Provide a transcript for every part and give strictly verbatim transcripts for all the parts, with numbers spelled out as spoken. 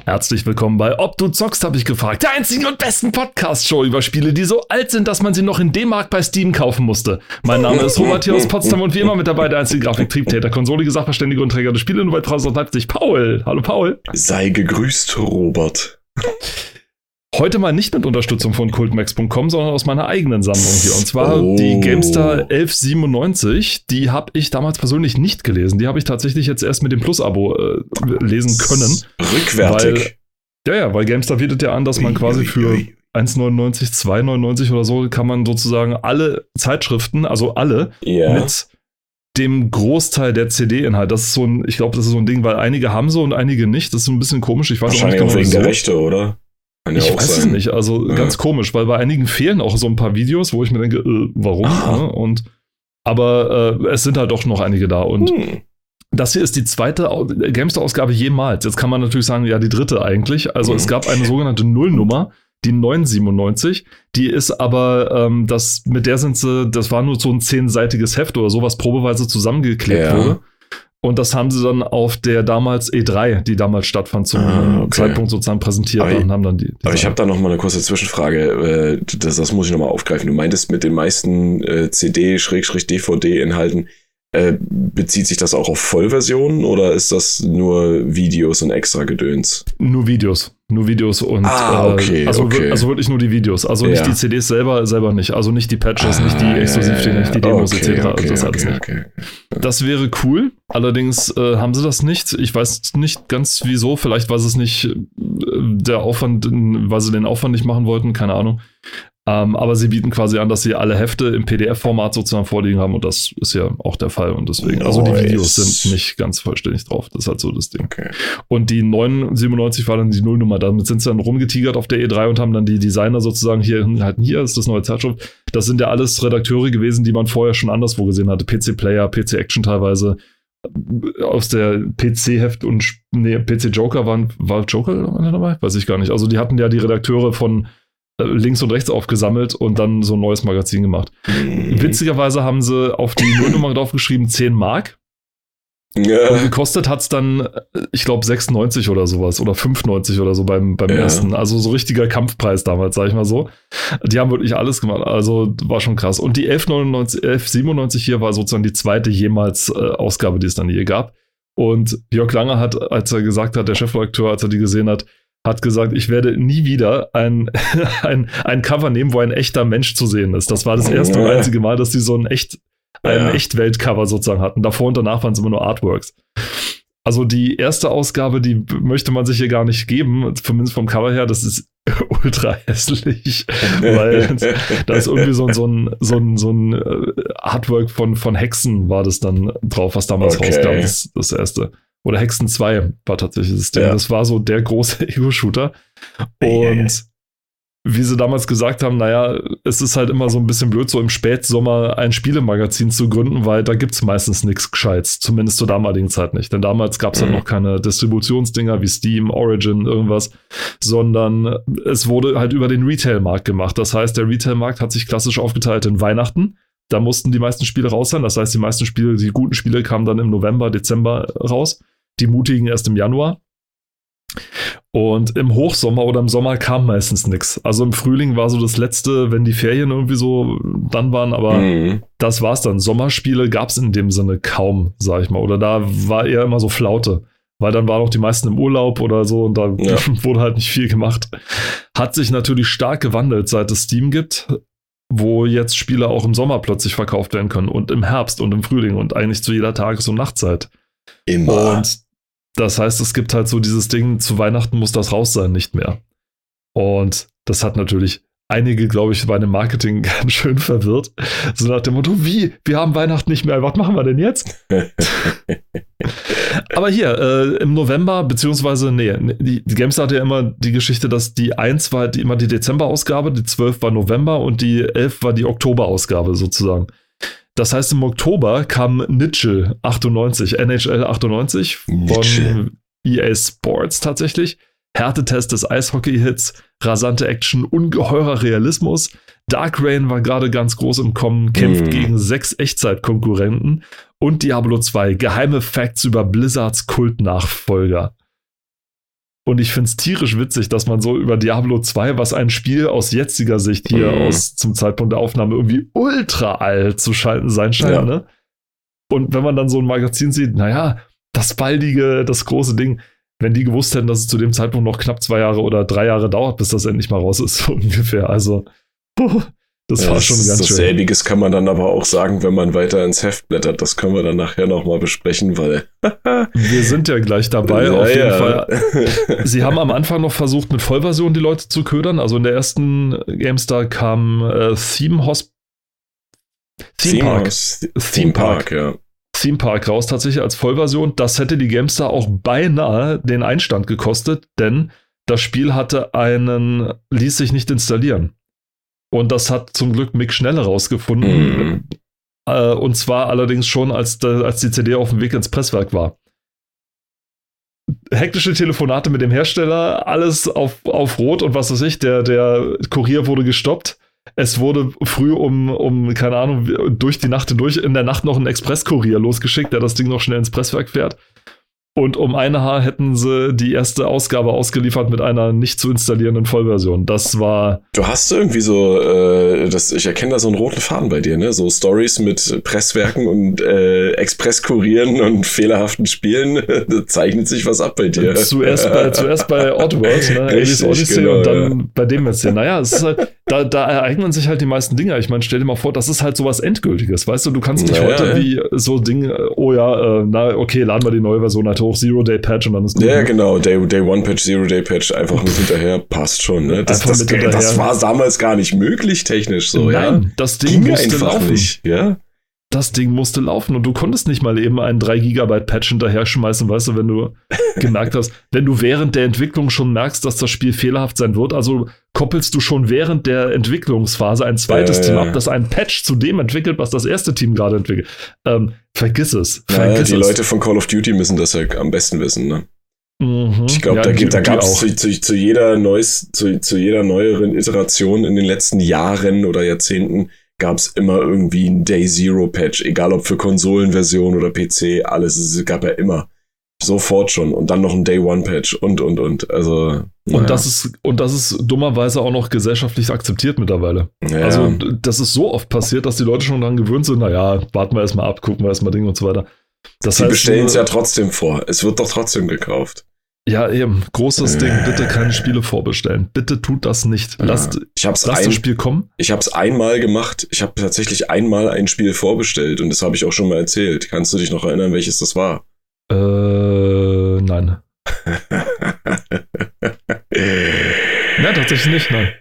Herzlich willkommen bei Ob du zockst, habe ich gefragt. Der einzigen und besten Podcast-Show über Spiele, die so alt sind, dass man sie noch in D-Mark bei Steam kaufen musste. Mein Name ist Robert hier aus Potsdam und wie immer mit dabei der einzige Grafiktriebtäter, Konsole, Sachverständige und Träger des Spiele-Nobelpreises aus Leipzig, Paul. Hallo Paul. Sei gegrüßt, Robert. Heute mal nicht mit Unterstützung von Cultmax Punkt com, sondern aus meiner eigenen Sammlung hier. Und zwar oh. die GameStar elf siebenundneunzig. Die habe ich damals persönlich nicht gelesen. Die habe ich tatsächlich jetzt erst mit dem Plus-Abo äh, lesen können. Rückwärtig. Weil, ja, ja, weil GameStar bietet ja an, dass man quasi für eins neunundneunzig, zwei neunundneunzig oder so, kann man sozusagen alle Zeitschriften, also alle, yeah. mit dem Großteil der C D-Inhalt. Das ist so ein, ich glaube, das ist so ein Ding, weil einige haben so und einige nicht. Das ist so ein bisschen komisch. Ich weiß Wahrscheinlich auch nicht auch genau, wegen so. der Rechte, oder? Kann Ich ja auch weiß sein. es nicht, also ja. ganz komisch, weil bei einigen fehlen auch so ein paar Videos, wo ich mir denke, äh, warum? Ja, und, aber äh, es sind halt doch noch einige da und hm. das hier ist die zweite GameStar-Ausgabe jemals. Jetzt kann man natürlich sagen, ja, die dritte eigentlich. Also hm. es gab eine sogenannte Nullnummer, die neun siebenundneunzig, die ist aber, ähm, das, mit der sind sie, das war nur so ein zehnseitiges Heft oder so, was probeweise zusammengeklebt ja. wurde. Und das haben sie dann auf der damals E drei, die damals stattfand, zum ah, okay. Zeitpunkt sozusagen präsentiert aber und haben dann die. die aber ich habe da noch mal eine kurze Zwischenfrage, das, das muss ich noch mal aufgreifen. Du meintest mit den meisten äh, C D-D V D-Inhalten, äh, bezieht sich das auch auf Vollversionen oder ist das nur Videos und extra Gedöns? Nur Videos. Nur Videos und ah, okay, äh, also, okay. also wirklich nur die Videos. Also nicht ja. die C Ds selber, selber nicht. Also nicht die Patches, ah, nicht die Exklusivdinger, ja, ja, nicht die Demos okay, et cetera. Okay, das okay, alles nicht. Okay, okay. Das wäre cool. Allerdings äh, haben sie das nicht. Ich weiß nicht ganz wieso. Vielleicht, weil sie es nicht äh, der Aufwand, weil sie den Aufwand nicht machen wollten. Keine Ahnung. Ähm, aber sie bieten quasi an, dass sie alle Hefte im P D F-Format sozusagen vorliegen haben und das ist ja auch der Fall und deswegen, also die Videos sind nicht ganz vollständig drauf, das ist halt so das Ding. Okay. Und die neun siebenundneunzig war dann die Nullnummer, damit sind sie dann rumgetigert auf der E drei und haben dann die Designer sozusagen hier hingehalten, hier ist das neue Zeitschrift, das sind ja alles Redakteure gewesen, die man vorher schon anderswo gesehen hatte, P C-Player, P C-Action teilweise, aus der P C-Heft und nee, P C-Joker waren, war Joker dabei? Weiß ich gar nicht, also die hatten ja die Redakteure von links und rechts aufgesammelt und dann so ein neues Magazin gemacht. Mhm. Witzigerweise haben sie auf die Nullnummer draufgeschrieben zehn Mark. Ja. Und gekostet hat es dann, ich glaube, sechs neunzig oder sowas oder fünf neunzig oder so beim, beim ja. ersten. Also so richtiger Kampfpreis damals, sag ich mal so. Die haben wirklich alles gemacht. Also war schon krass. Und die elf siebenundneunzig hier war sozusagen die zweite jemals äh, Ausgabe, die es dann je gab. Und Jörg Langer hat, als er gesagt hat, der Chefredakteur, als er die gesehen hat, hat gesagt, ich werde nie wieder ein, ein, ein Cover nehmen, wo ein echter Mensch zu sehen ist. Das war das erste und einzige Mal, dass die so ein echt ein ja. Echtwelt-Cover sozusagen hatten. Davor und danach waren es immer nur Artworks. Also die erste Ausgabe, die möchte man sich hier gar nicht geben, zumindest vom Cover her, das ist ultra hässlich, weil da ist irgendwie so ein, so ein, so ein, so ein Artwork von, von Hexen war das dann drauf, was damals okay. rauskam, das, das erste. Oder Hexen zwei war tatsächlich das Ding. Ja. Das war so der große Ego-Shooter. Und wie sie damals gesagt haben, naja, es ist halt immer so ein bisschen blöd, so im Spätsommer ein Spielemagazin zu gründen, weil da gibt es meistens nichts Gescheites. Zumindest zur damaligen Zeit nicht. Denn damals gab es mhm. halt noch keine Distributionsdinger wie Steam, Origin, irgendwas, sondern es wurde halt über den Retail-Markt gemacht. Das heißt, der Retail-Markt hat sich klassisch aufgeteilt in Weihnachten. Da mussten die meisten Spiele raus sein. Das heißt, die meisten Spiele, die guten Spiele kamen dann im November, Dezember raus. Die mutigen erst im Januar. Und im Hochsommer oder im Sommer kam meistens nichts. Also im Frühling war so das Letzte, wenn die Ferien irgendwie so dann waren. Aber mhm. das war's dann. Sommerspiele gab es in dem Sinne kaum, sag ich mal. Oder da war eher immer so Flaute. Weil dann waren auch die meisten im Urlaub oder so und da ja. wurde halt nicht viel gemacht. Hat sich natürlich stark gewandelt, seit es Steam gibt, wo jetzt Spiele auch im Sommer plötzlich verkauft werden können und im Herbst und im Frühling und eigentlich zu jeder Tages- und Nachtzeit. Immer. Und das heißt, es gibt halt so dieses Ding, zu Weihnachten muss das raus sein, nicht mehr. Und das hat natürlich einige, glaube ich, bei dem Marketing ganz schön verwirrt. So nach dem Motto, wie? Wir haben Weihnachten nicht mehr, was machen wir denn jetzt? Aber hier, äh, im November, beziehungsweise, nee, die, die GameStar hatte ja immer die Geschichte, dass die eins war die, immer die Dezember-Ausgabe, die zwölf war November und die elf war die Oktober-Ausgabe sozusagen. Das heißt, im Oktober kam Nitschel achtundneunzig, N H L achtundneunzig von Nitschel. E A Sports tatsächlich. Härtetest des Eishockey-Hits, rasante Action, ungeheurer Realismus. Dark Reign war gerade ganz groß im Kommen, kämpft mm. gegen sechs Echtzeit-Konkurrenten. Und Diablo zwei, geheime Facts über Blizzards Kultnachfolger. Und ich finde es tierisch witzig, dass man so über Diablo zwei, was ein Spiel aus jetziger Sicht hier Mhm. aus zum Zeitpunkt der Aufnahme irgendwie ultra alt zu schalten sein scheint, Ja. ne? Und wenn man dann so ein Magazin sieht, naja, das baldige, das große Ding, wenn die gewusst hätten, dass es zu dem Zeitpunkt noch knapp zwei Jahre oder drei Jahre dauert, bis das endlich mal raus ist, so ungefähr. Also, puh, das Ja, war schon ganz schön. Selbiges kann man dann aber auch sagen, wenn man weiter ins Heft blättert. Das können wir dann nachher nochmal besprechen, weil. Wir sind ja gleich dabei, Ja, auf jeden ja. Fall. Sie haben am Anfang noch versucht, mit Vollversion die Leute zu ködern. Also in der ersten GameStar kam äh, Theme Hosp Theme Park. House- Theme Park, ja. Theme Park raus, tatsächlich als Vollversion. Das hätte die GameStar auch beinahe den Einstand gekostet, denn das Spiel hatte einen, ließ sich nicht installieren. Und das hat zum Glück Mick Schnelle rausgefunden. Mhm. Äh, und zwar allerdings schon, als, de, als die C D auf dem Weg ins Presswerk war. Hektische Telefonate mit dem Hersteller, alles auf, auf Rot und was weiß ich. Der, der Kurier wurde gestoppt. Es wurde früh um, um, keine Ahnung, durch die Nacht hindurch, in der Nacht noch ein Expresskurier losgeschickt, der das Ding noch schnell ins Presswerk fährt. Und um ein Haar hätten sie die erste Ausgabe ausgeliefert mit einer nicht zu installierenden Vollversion. Das war... Du hast irgendwie so, äh, das, ich erkenne da so einen roten Faden bei dir, ne? So Stories mit Presswerken und äh, Expresskurieren und fehlerhaften Spielen. Da zeichnet sich was ab bei dir. Zuerst bei, zuerst bei Oddworld, ne? Alice Richtig, Odyssey genau, und dann ja. bei dem jetzt hier. Naja, es ist halt, da, da ereignen sich halt die meisten Dinge. Ich meine, stell dir mal vor, das ist halt sowas Endgültiges. Weißt du, du kannst nicht Naja, heute ja. wie so Dinge, oh ja, äh, na okay, laden wir die neue Version halt hoch, Zero-Day-Patch und dann ist gut. Ja, genau. Day, Day One Patch, Zero Day Patch, einfach mit hinterher, passt schon, ne? Das, Einfach das, mit das, hinterher. das war damals gar nicht möglich, technisch so, ja. Nein, das Ding Ging musste einfach laufen. nicht, ja. Das Ding musste laufen und du konntest nicht mal eben einen drei Gigabyte Patch hinterher schmeißen, weißt du, wenn du gemerkt hast, wenn du während der Entwicklung schon merkst, dass das Spiel fehlerhaft sein wird, also koppelst du schon während der Entwicklungsphase ein zweites Ja, Team ja. ab, das einen Patch zu dem entwickelt, was das erste Team gerade entwickelt. Ähm, vergiss es. Naja, Vergiss die es. Leute von Call of Duty müssen das ja am besten wissen, ne? Mhm. Ich glaube, Ja, da, die- gibt- da die gab es auch. zu, zu, zu jeder neues, zu, zu jeder neueren Iteration in den letzten Jahren oder Jahrzehnten gab es immer irgendwie ein Day Zero Patch, egal ob für Konsolenversion oder P C, alles, es gab ja immer. Sofort schon. Und dann noch ein Day One Patch und, und, und. Also, naja. Und das ist, und das ist dummerweise auch noch gesellschaftlich akzeptiert mittlerweile. Ja. Also, das ist so oft passiert, dass die Leute schon daran gewöhnt sind, naja, warten wir erstmal ab, gucken wir erstmal Dinge und so weiter. Das Sie heißt, bestellen es äh, ja trotzdem vor. Es wird doch trotzdem gekauft. Ja, eben. Großes Ding. Bitte keine Spiele vorbestellen. Bitte tut das nicht. Lasst, Ja. Ich hab's lasst ein, das Spiel kommen. Ich habe es einmal gemacht. Ich habe tatsächlich einmal ein Spiel vorbestellt und das habe ich auch schon mal erzählt. Kannst du dich noch erinnern, welches das war? Äh, nein. Nein, tatsächlich nicht, nein.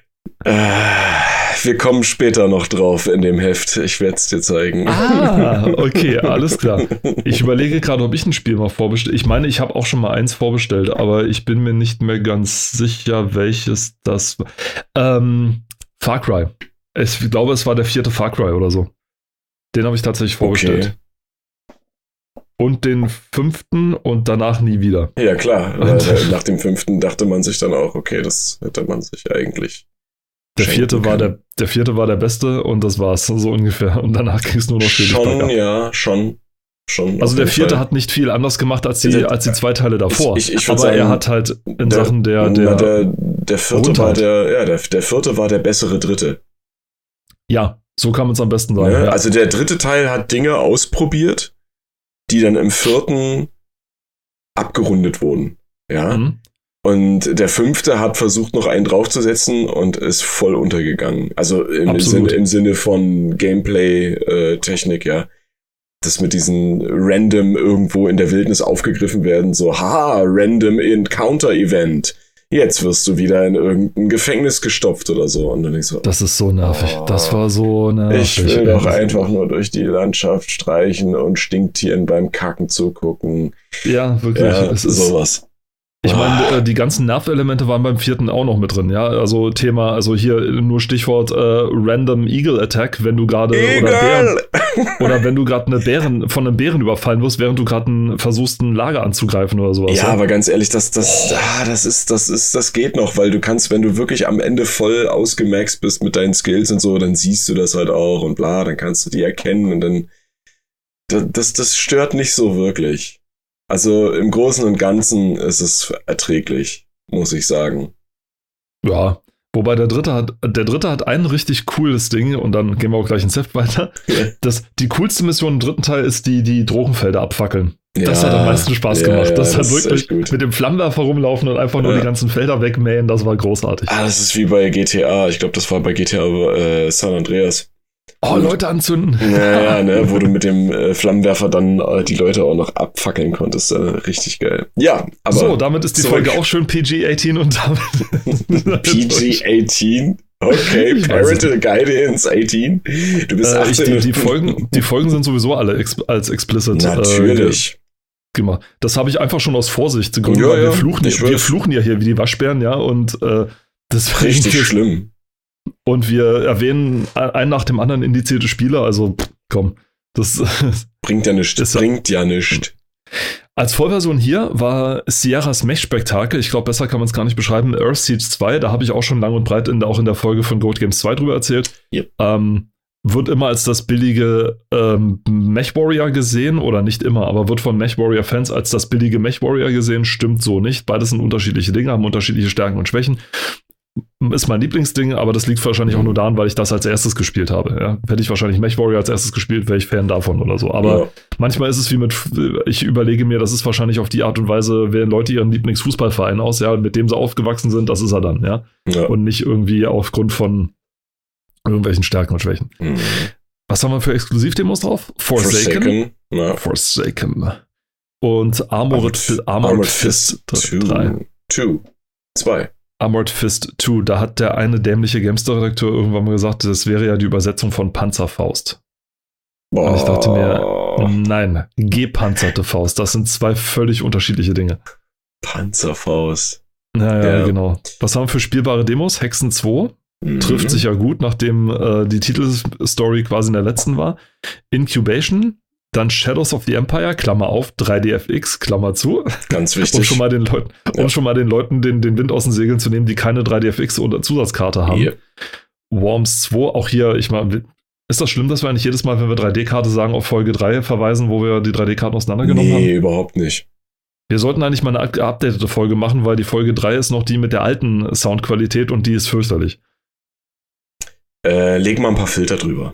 Wir kommen später noch drauf in dem Heft. Ich werde es dir zeigen. Ah, okay, alles klar. Ich überlege gerade, ob ich ein Spiel mal vorbestellt. Ich meine, ich habe auch schon mal eins vorbestellt, aber ich bin mir nicht mehr ganz sicher, welches das war. Ähm, Far Cry. Ich glaube, es war der vierte Far Cry oder so. Den habe ich tatsächlich vorbestellt. Okay. Und den fünften und danach nie wieder. Ja, klar. Weil, äh, nach dem fünften dachte man sich dann auch, okay, das hätte man sich eigentlich. Der schenken vierte, war können. der, der vierte war der beste und das war's, so ungefähr. Und danach ging es nur noch stetig Schon, bergab. ja, schon. schon Also auf der jeden vierte Fall. hat nicht viel anders gemacht als die, Der- als die zwei Teile davor. Ich- ich würd Aber er sagen, hat halt in der- Sachen der, Na, der, der, der vierte war Rundheit. der, ja, der, der vierte war der bessere dritte. ja, so kann man es am besten sagen. Ne? Ja. Also der dritte Teil hat Dinge ausprobiert, die dann im vierten abgerundet wurden. Ja. Mhm. Und der fünfte hat versucht, noch einen draufzusetzen und ist voll untergegangen. Also im, Absolut. Sinne, im Sinne von Gameplay-Technik, ja. Das mit diesen random irgendwo in der Wildnis aufgegriffen werden, so, haha, random Encounter-Event. Jetzt wirst du wieder in irgendein Gefängnis gestopft oder so. Und dann denkst du, Das ist so nervig. Oh. Das war so nervig. ich will doch ey. einfach nur durch die Landschaft streichen und Stinktieren beim Kacken zugucken. Ja, wirklich. Ja, es ist, sowas. ich meine, äh, die ganzen Nervelemente waren beim vierten auch noch mit drin, ja. Also Thema, also hier nur Stichwort äh, Random Eagle Attack, wenn du gerade oder Bären, oder wenn du gerade eine Bären von einem Bären überfallen wirst, während du gerade versuchst, ein Lager anzugreifen oder sowas. Ja, aber ganz ehrlich, das, das, ah, das ist, das ist, das geht noch, weil du kannst, wenn du wirklich am Ende voll ausgemaxt bist mit deinen Skills und so, dann siehst du das halt auch und bla, dann kannst du die erkennen und dann, das, das, das stört nicht so wirklich. Also im Großen und Ganzen ist es erträglich. muss ich sagen. Ja, wobei der dritte hat, der dritte hat ein richtig cooles Ding und dann gehen wir auch gleich ins Heft weiter. Das, die coolste Mission im dritten Teil ist die, die Drogenfelder abfackeln. Das ja, hat am meisten Spaß ja, gemacht. Ja, das, das hat wirklich mit dem Flammenwerfer rumlaufen und einfach nur ja. die ganzen Felder wegmähen, das war großartig. Ah, das ist wie bei G T A. Ich glaube, das war bei G T A äh, San Andreas. Oh, und, Leute anzünden. Naja, ne, wo du mit dem äh, Flammenwerfer dann äh, die Leute auch noch abfackeln konntest. Äh, richtig geil. Ja, aber. So, damit ist die zurück. Folge auch schön P G achtzehn und damit. P G achtzehn? Okay, Parental Guidance achtzehn. Du bist äh, achtzehn. Ich, die, die, Folgen, die Folgen sind sowieso alle ex- als explicit. Natürlich. Äh, gemacht. Das habe ich einfach schon aus Vorsicht gegründet, ja, weil wir, ja, fluchen, wir fluchen ja hier wie die Waschbären, ja, und äh, das ist richtig schlimm. Und wir erwähnen einen nach dem anderen indizierte Spieler, also komm, das bringt ja nichts. Das bringt ja nichts. Als Vollversion hier war Sierras Mech-Spektakel, ich glaube, besser kann man es gar nicht beschreiben, Earthsiege zwei, da habe ich auch schon lang und breit in, auch in der Folge von Goat Games zwei drüber erzählt. Yep. Ähm, wird immer als das billige ähm, Mech-Warrior gesehen, oder nicht immer, aber wird von Mech-Warrior-Fans als das billige Mech-Warrior gesehen, stimmt so nicht. Beides sind unterschiedliche Dinge, haben unterschiedliche Stärken und Schwächen. Ist mein Lieblingsding, aber das liegt wahrscheinlich auch nur daran, weil ich das als erstes gespielt habe. Ja. Hätte ich wahrscheinlich MechWarrior als erstes gespielt, wäre ich Fan davon oder so. Aber ja. manchmal ist es wie mit, ich überlege mir, das ist wahrscheinlich auf die Art und Weise, wählen Leute ihren Lieblingsfußballverein aus, ja, mit dem sie aufgewachsen sind, das ist er dann, ja. ja. Und nicht irgendwie aufgrund von irgendwelchen Stärken und Schwächen. Mhm. Was haben wir für Exklusivdemos drauf? Forsaken. Forsaken. Ja. Forsaken. Und Armored, Armored, Armored Fist drei. zwei. Armored Fist zwei, da hat der eine dämliche Gamester-Redakteur irgendwann mal gesagt, das wäre ja die Übersetzung von Panzerfaust. Boah. Und ich dachte mir, nein, gepanzerte Faust, das sind zwei völlig unterschiedliche Dinge. Panzerfaust. Naja, ja. Genau. Was haben wir für spielbare Demos? Hexen zwei, mhm. trifft sich ja gut, nachdem äh, die Titelstory quasi in der letzten war. Incubation, dann Shadows of the Empire, Klammer auf, drei D F X, Klammer zu. Ganz wichtig. Um schon mal den Leuten, um ja. schon mal den, Leuten den, den Wind aus den Segeln zu nehmen, die keine drei D F X oder Zusatzkarte haben. Yeah. Worms zwei, auch hier, ich meine, ist das schlimm, dass wir eigentlich jedes Mal, wenn wir drei D-Karte sagen, auf Folge drei verweisen, wo wir die drei D-Karten auseinandergenommen nee, haben? Nee, überhaupt nicht. Wir sollten eigentlich mal eine geupdatete Folge machen, weil die Folge drei ist noch die mit der alten Soundqualität und die ist fürchterlich. Äh, leg mal ein paar Filter drüber.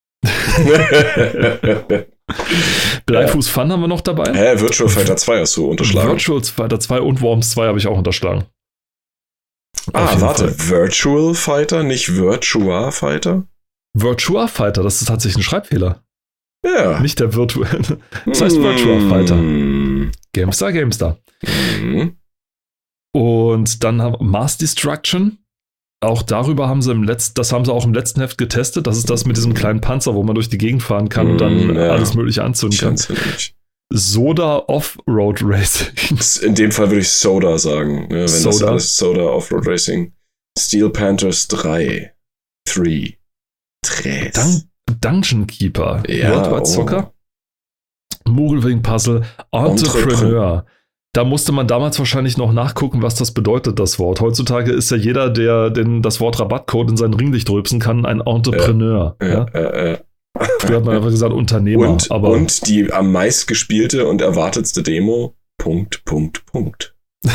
Bleifuß Fun haben wir noch dabei. Hä, Virtual Fighter zwei hast du unterschlagen. Virtual Fighter zwei und Worms zwei habe ich auch unterschlagen. Ah, warte, Fall. Virtual Fighter, nicht Virtua Fighter? Virtua Fighter, das ist tatsächlich ein Schreibfehler. Ja. Nicht der Virtual. Das heißt Virtua Fighter. Gamestar, Gamestar. Mm. Und dann haben wir Mass Destruction. Auch darüber haben sie im letzten, das haben sie auch im letzten Heft getestet. Das ist das mit diesem kleinen Panzer, wo man durch die Gegend fahren kann und dann ja. alles Mögliche anzünden kann. Soda Offroad Racing. In dem Fall würde ich Soda sagen. Ne? Wenn Soda. Das alles Soda Offroad Racing. Steel Panthers drei. drei. Tres. Dun- Dungeon Keeper. Ja, Worldwide Soccer. Oh. Mogelwing Puzzle. Entrepreneur. Da musste man damals wahrscheinlich noch nachgucken, was das bedeutet, das Wort. Heutzutage ist ja jeder, der den, das Wort Rabattcode in sein Ringlicht rülpsen kann, ein Entrepreneur. Ja, ja? Ja, ja, ja. Früher hat man einfach gesagt Unternehmer. Und, aber und die am meist gespielte und erwartetste Demo, Punkt, Punkt, Punkt.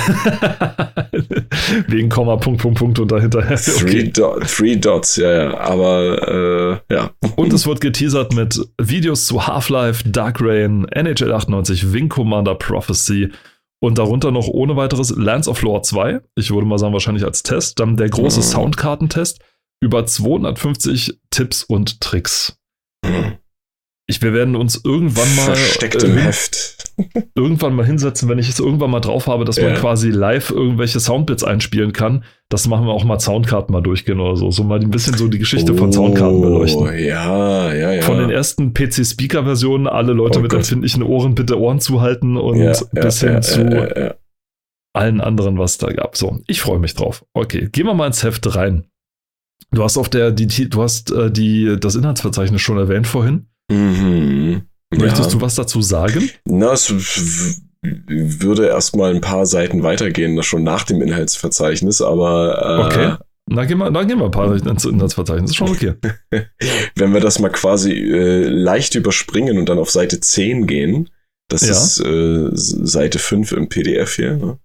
Wegen Komma, Punkt, Punkt, Punkt und dahinter. Okay. Three, do- three Dots, ja, ja, aber äh, ja. Und es wird geteasert mit Videos zu Half-Life, Dark Rain, N H L achtundneunzig, Wing Commander Prophecy und darunter noch ohne weiteres Lands of Lore zwei. Ich würde mal sagen, wahrscheinlich als Test. Dann der große mhm. Soundkartentest über zweihundertfünfzig Tipps und Tricks. Mhm. Ich, wir werden uns irgendwann mal versteckt im äh, Heft. irgendwann mal hinsetzen, wenn ich es irgendwann mal drauf habe, dass ja. man quasi live irgendwelche Soundbits einspielen kann. Das machen wir auch mal Soundkarten mal durchgehen oder so. So mal ein bisschen so die Geschichte oh, von Soundkarten beleuchten. Ja, ja, ja. Von den ersten P C-Speaker-Versionen, alle Leute oh mit Gott. empfindlichen Ohren bitte Ohren zuhalten und ja, bis ja, hin ja, zu ja, ja. allen anderen, was da gab. So, ich freue mich drauf. Okay, gehen wir mal ins Heft rein. Du hast auf der, die, du hast äh, die, das Inhaltsverzeichnis schon erwähnt vorhin. Mhm. Möchtest ja. du was dazu sagen? Na, es würde erstmal ein paar Seiten weitergehen, das schon nach dem Inhaltsverzeichnis, aber äh, okay. Na, gehen wir, dann gehen wir ein paar Seiten ins Inhaltsverzeichnis, ist schon okay. Wenn wir das mal quasi äh, leicht überspringen und dann auf Seite zehn gehen, das ja. ist äh, Seite fünf im P D F hier, ne?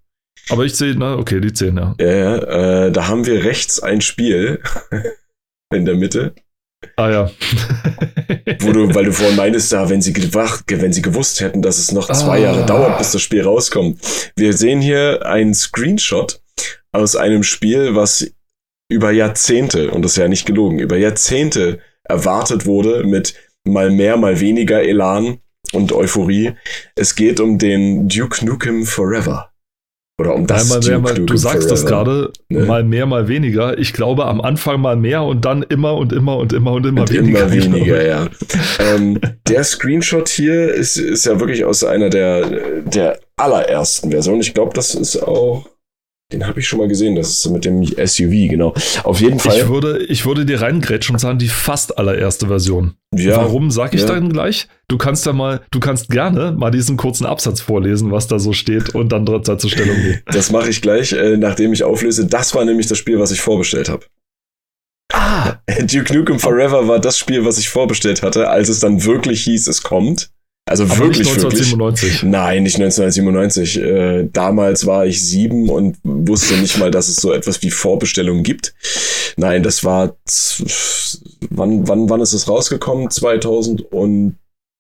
Aber ich sehe, na, okay, die zehn, ja. Ja, äh, da haben wir rechts ein Spiel in der Mitte. Ah ja. Wo du, weil du vorhin meintest, da, wenn sie gewacht, wenn sie gewusst hätten, dass es noch zwei ah. Jahre dauert, bis das Spiel rauskommt. Wir sehen hier einen Screenshot aus einem Spiel, was über Jahrzehnte, und das ist ja nicht gelogen, über Jahrzehnte erwartet wurde mit mal mehr, mal weniger Elan und Euphorie. Es geht um den Duke Nukem Forever. Oder um das mal mehr, Duke mal, Nukem Du sagst das Forever. gerade, ne? Mal mehr, mal weniger. Ich glaube, am Anfang mal mehr und dann immer und immer und immer und immer und weniger. Immer weniger, ja. ähm, der Screenshot hier ist, ist ja wirklich aus einer der, der allerersten Versionen. Ich glaube, das ist auch... Den habe ich schon mal gesehen, das ist mit dem S U V, genau. Auf jeden Fall. Ich würde, ich würde dir reingrätschen und sagen, die fast allererste Version. Ja, Warum, sag ich ja. dann gleich? Du kannst ja mal, du kannst gerne mal diesen kurzen Absatz vorlesen, was da so steht und dann zur Stellung gehen. Das mache ich gleich, äh, nachdem ich auflöse. Das war nämlich das Spiel, was ich vorbestellt habe. Ah! Duke Nukem Forever war das Spiel, was ich vorbestellt hatte, als es dann wirklich hieß, es kommt. Also aber wirklich, nicht neunzehnhundertsiebenundneunzig. Wirklich. Nein, nicht neunzehnhundertsiebenundneunzig. Äh, damals war ich sieben und wusste nicht mal, dass es so etwas wie Vorbestellungen gibt. Nein, das war z- wann wann wann ist es rausgekommen? zweitausend und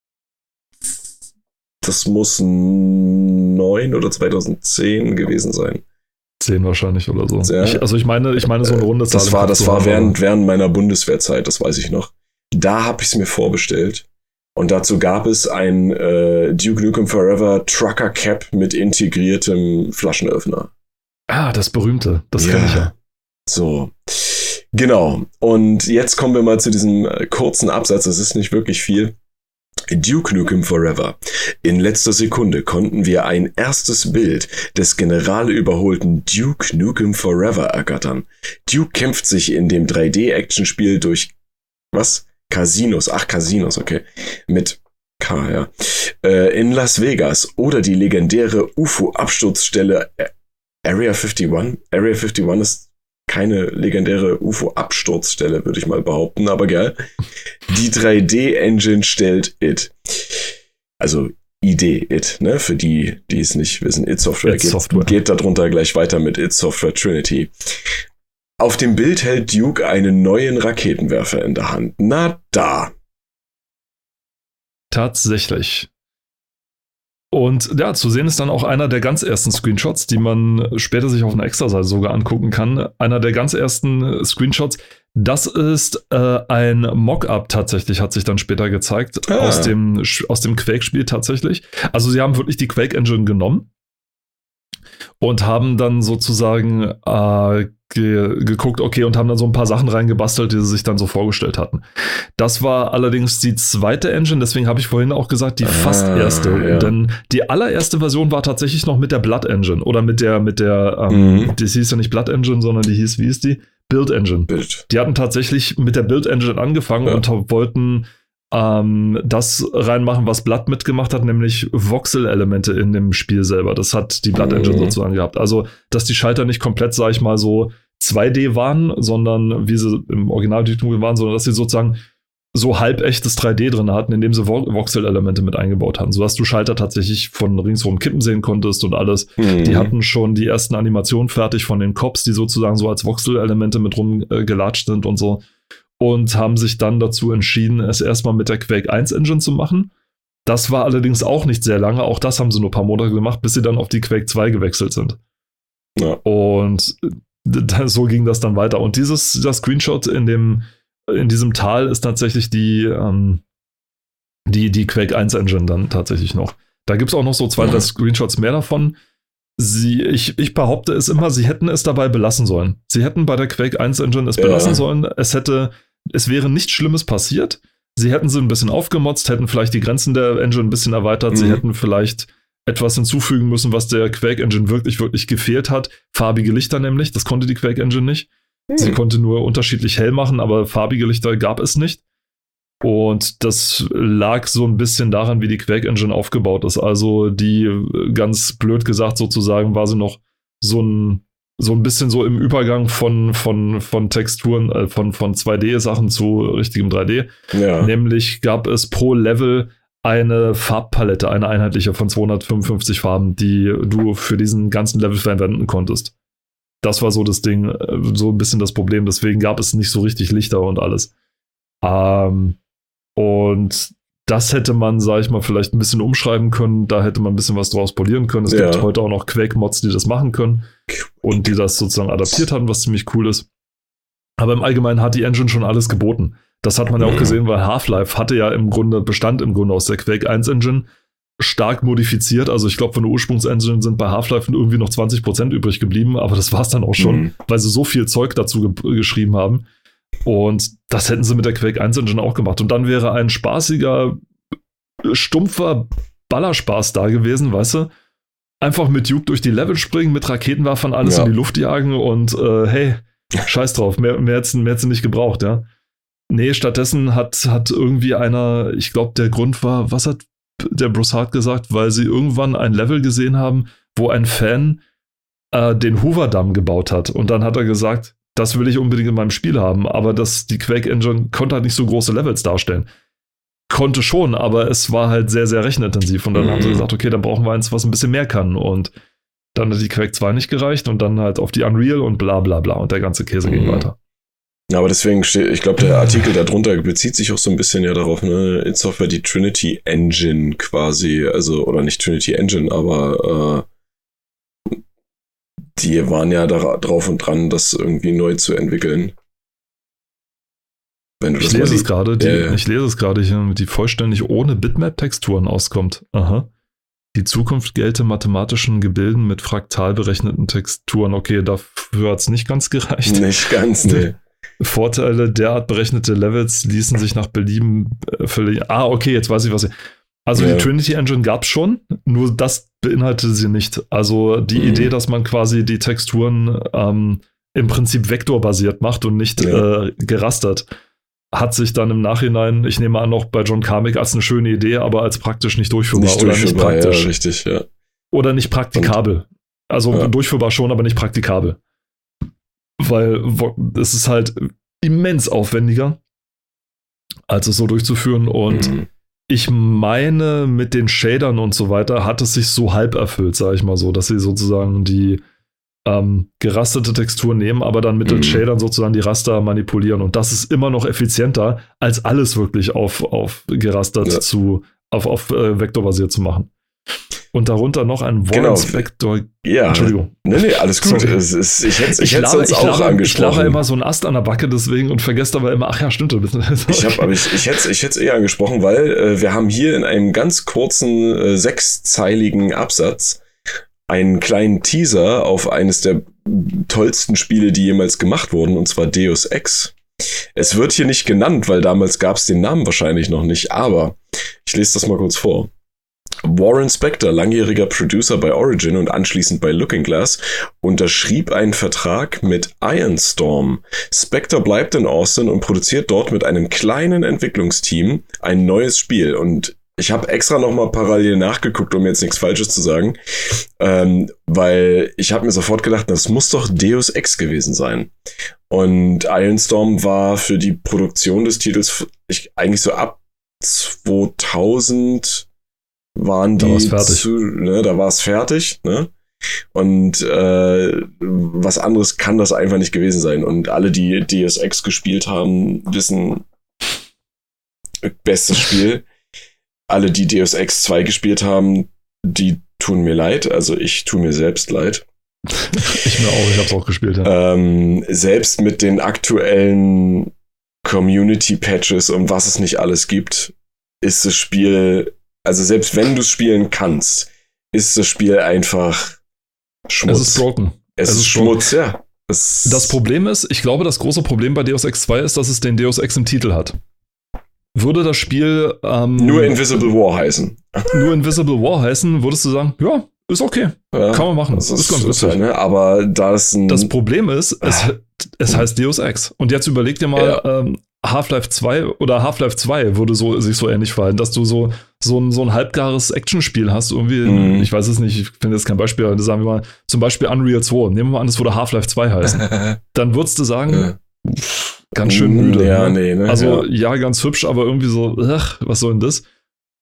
das muss neun oder zweitausendzehn gewesen sein. zehn wahrscheinlich oder so. Ja. Ich, also ich meine, ich meine so eine runde Zahl. Das war das war während während meiner Bundeswehrzeit, das weiß ich noch. Da habe ich es mir vorbestellt. Und dazu gab es ein äh, Duke Nukem Forever Trucker Cap mit integriertem Flaschenöffner. Ah, das berühmte. Das ja. kenne ich ja. So. Genau. Und jetzt kommen wir mal zu diesem äh, kurzen Absatz. Das ist nicht wirklich viel. Duke Nukem Forever. In letzter Sekunde konnten wir ein erstes Bild des generalüberholten Duke Nukem Forever ergattern. Duke kämpft sich in dem drei D-Action-Spiel durch... Was? Casinos, ach Casinos, okay, mit K, ja, äh, in Las Vegas oder die legendäre U F O-Absturzstelle Area einundfünfzig. Area einundfünfzig ist keine legendäre U F O-Absturzstelle, würde ich mal behaupten, aber geil. Die drei D-Engine stellt It. Also I D, It, ne, für die, die es nicht wissen, It Software, It geht, Software. geht darunter gleich weiter mit It Software Trinity. Auf dem Bild hält Duke einen neuen Raketenwerfer in der Hand. Na da. Tatsächlich. Und ja, zu sehen ist dann auch einer der ganz ersten Screenshots, die man später sich auf einer Extra-Seite sogar angucken kann. Einer der ganz ersten Screenshots. Das ist äh, ein Mock-up tatsächlich, hat sich dann später gezeigt, ah. aus dem, aus dem Quake-Spiel tatsächlich. Also sie haben wirklich die Quake-Engine genommen und haben dann sozusagen äh, ge- geguckt, okay, und haben dann so ein paar Sachen reingebastelt, die sie sich dann so vorgestellt hatten. Das war allerdings die zweite Engine, deswegen habe ich vorhin auch gesagt, die ah, fast erste. Ja. Denn die allererste Version war tatsächlich noch mit der Blood Engine oder mit der, mit der, ähm, mhm. das hieß ja nicht Blood Engine, sondern die hieß, wie ist die? Build Engine. Bild. Die hatten tatsächlich mit der Build Engine angefangen ja. und wollten ähm, das reinmachen, was Blood mitgemacht hat, nämlich Voxel-Elemente in dem Spiel selber. Das hat die Blood Engine mhm. sozusagen gehabt. Also, dass die Schalter nicht komplett, sag ich mal, so zwei D waren, sondern wie sie im Original-Titel waren, sondern dass sie sozusagen so halbechtes drei D drin hatten, indem sie Vo- Voxel-Elemente mit eingebaut hatten, sodass du Schalter tatsächlich von ringsherum kippen sehen konntest und alles. Mhm. Die hatten schon die ersten Animationen fertig von den Cops, die sozusagen so als Voxel-Elemente mit rumgelatscht äh, sind und so. Und haben sich dann dazu entschieden, es erstmal mit der Quake eins Engine zu machen. Das war allerdings auch nicht sehr lange. Auch das haben sie nur ein paar Monate gemacht, bis sie dann auf die Quake zwei gewechselt sind. Ja. Und d- so ging das dann weiter. Und dieses dieser Screenshot in dem in diesem Tal ist tatsächlich die ähm, die, die Quake eins Engine dann tatsächlich noch. Da gibt es auch noch so zwei, drei Screenshots mehr davon. Sie, ich, ich behaupte es immer, sie hätten es dabei belassen sollen. Sie hätten bei der Quake eins Engine es ja. belassen sollen. Es hätte, es wäre nichts Schlimmes passiert. Sie hätten sie ein bisschen aufgemotzt, hätten vielleicht die Grenzen der Engine ein bisschen erweitert. Mhm. Sie hätten vielleicht etwas hinzufügen müssen, was der Quake Engine wirklich, wirklich gefehlt hat. Farbige Lichter nämlich, das konnte die Quake Engine nicht. Mhm. Sie konnte nur unterschiedlich hell machen, aber farbige Lichter gab es nicht. Und das lag so ein bisschen daran, wie die Quake Engine aufgebaut ist. Also die, ganz blöd gesagt sozusagen, war sie noch so ein, so ein bisschen so im Übergang von, von, von Texturen, äh, von, von zwei D-Sachen zu richtigem drei D. Ja. Nämlich gab es pro Level eine Farbpalette, eine einheitliche von zweihundertfünfundfünfzig Farben, die du für diesen ganzen Level verwenden konntest. Das war so das Ding, so ein bisschen das Problem. Deswegen gab es nicht so richtig Lichter und alles. Ähm, und das hätte man, sag ich mal, vielleicht ein bisschen umschreiben können. Da hätte man ein bisschen was draus polieren können. Es ja. gibt heute auch noch Quake-Mods, die das machen können und die das sozusagen adaptiert haben, was ziemlich cool ist. Aber im Allgemeinen hat die Engine schon alles geboten. Das hat man ja auch gesehen, weil Half-Life hatte ja im Grunde, bestand im Grunde aus der Quake eins Engine, stark modifiziert. Also ich glaube, von der Ursprungsengine sind bei Half-Life irgendwie noch zwanzig Prozent übrig geblieben, aber das war es dann auch schon, mhm. weil sie so viel Zeug dazu ge- geschrieben haben. Und das hätten sie mit der Quake eins Engine auch gemacht. Und dann wäre ein spaßiger, stumpfer Ballerspaß da gewesen, weißt du? Einfach mit Duke durch die Level springen, mit Raketenwerfern alles ja. in die Luft jagen und äh, hey, scheiß drauf, mehr, mehr hätten mehr sie nicht gebraucht, ja. Nee, stattdessen hat, hat irgendwie einer, ich glaube, der Grund war, was hat der Broussard gesagt, weil sie irgendwann ein Level gesehen haben, wo ein Fan äh, den Hoover-Damm gebaut hat. Und dann hat er gesagt, das will ich unbedingt in meinem Spiel haben, aber das, die Quake-Engine konnte halt nicht so große Levels darstellen. Konnte schon, aber es war halt sehr, sehr rechenintensiv. Und dann mhm. haben sie gesagt, okay, dann brauchen wir eins, was ein bisschen mehr kann. Und dann hat die Quake zwei nicht gereicht und dann halt auf die Unreal und bla bla bla. Und der ganze Käse mhm. ging weiter. Ja, aber deswegen steht, ich glaube, der Artikel darunter bezieht sich auch so ein bisschen ja darauf, ne, in Software die Trinity Engine quasi, also, oder nicht Trinity Engine, aber äh, die waren ja da drauf und dran, das irgendwie neu zu entwickeln. Wenn du ich, das lese mal es grade, die, äh, ich lese es gerade hier, die vollständig ohne Bitmap-Texturen auskommt. Aha. Die Zukunft gelte mathematischen Gebilden mit fraktal berechneten Texturen. Okay, dafür hat es nicht ganz gereicht. Nicht ganz, ne. Vorteile derart berechnete Levels ließen sich nach Belieben äh, völlig. Ah, okay, jetzt weiß ich, was ich. Also ja. die Trinity Engine gab es schon, nur das beinhaltete sie nicht. Also die mhm. Idee, dass man quasi die Texturen ähm, im Prinzip vektorbasiert macht und nicht ja. äh, gerastert, hat sich dann im Nachhinein, ich nehme an, noch bei John Carmack als eine schöne Idee, aber als praktisch nicht durchführbar. Nicht oder durchführbar, nicht praktisch. Ja, richtig, ja. Oder nicht praktikabel. Und, also ja. durchführbar schon, aber nicht praktikabel. Weil es ist halt immens aufwendiger, als es so durchzuführen. Und mhm. ich meine, mit den Shadern und so weiter hat es sich so halb erfüllt, sage ich mal so, dass sie sozusagen die ähm, gerastete Textur nehmen, aber dann mit mhm. den Shadern sozusagen die Raster manipulieren. Und das ist immer noch effizienter, als alles wirklich auf, auf gerastert ja. zu, auf, auf äh, vektorbasiert zu machen. Und darunter noch ein Warrens-Vektor. Genau. Ja. Entschuldigung. Nee, nee, alles gut. Es ist, ich hätte ich es sonst ich auch laber, angesprochen. Ich laber immer so einen Ast an der Backe deswegen und vergesse aber immer, ach ja, stimmt. ich hab, aber ich, ich hätte ich es eher angesprochen, weil äh, wir haben hier in einem ganz kurzen, äh, sechszeiligen Absatz einen kleinen Teaser auf eines der tollsten Spiele, die jemals gemacht wurden, und zwar Deus Ex. Es wird hier nicht genannt, weil damals gab es den Namen wahrscheinlich noch nicht, aber ich lese das mal kurz vor. Warren Spector, langjähriger Producer bei Origin und anschließend bei Looking Glass, unterschrieb einen Vertrag mit Ironstorm. Spector bleibt in Austin und produziert dort mit einem kleinen Entwicklungsteam ein neues Spiel. Und ich habe extra nochmal parallel nachgeguckt, um jetzt nichts Falsches zu sagen, ähm, weil ich habe mir sofort gedacht, das muss doch Deus Ex gewesen sein. Und Ironstorm war für die Produktion des Titels ich, eigentlich so ab zweitausend waren die da war's fertig. Zu, ne, da war es fertig, ne? Und äh, was anderes kann das einfach nicht gewesen sein. Und alle, die Deus Ex gespielt haben, wissen, bestes Spiel. Alle, die Deus Ex zwei gespielt haben, die tun mir leid. Also ich tue mir selbst leid. Ich mir auch, ich hab's auch gespielt, ja. Ähm, selbst mit den aktuellen Community-Patches und was es nicht alles gibt, ist das Spiel, also selbst wenn du es spielen kannst, ist das Spiel einfach Schmutz. Es ist broken. Es, es ist, ist Schmutz, broken. ja. Es das Problem ist, ich glaube, das große Problem bei Deus Ex zwei ist, dass es den Deus Ex im Titel hat. Würde das Spiel ähm, nur Invisible War heißen. Nur Invisible War heißen, würdest du sagen, ja, ist okay. Ja, kann man machen. Das ist, ist ganz lustig. Ne? Aber da ist ein Das Problem ist, es, es heißt Deus Ex. Und jetzt überleg dir mal, ja. ähm, Half-Life zwei oder Half-Life zwei würde so, sich so ähnlich verhalten, dass du so, so, ein, so ein halbgares Actionspiel hast. Irgendwie, mm. ich weiß es nicht, ich finde jetzt kein Beispiel, aber sagen wir mal, zum Beispiel Unreal zwei. Nehmen wir mal an, das würde Half-Life zwei heißen. Dann würdest du sagen, ja. ganz schön müde. Ja, ne? nee, ne? Also, ja. ja, ganz hübsch, aber irgendwie so, ach, was soll denn das?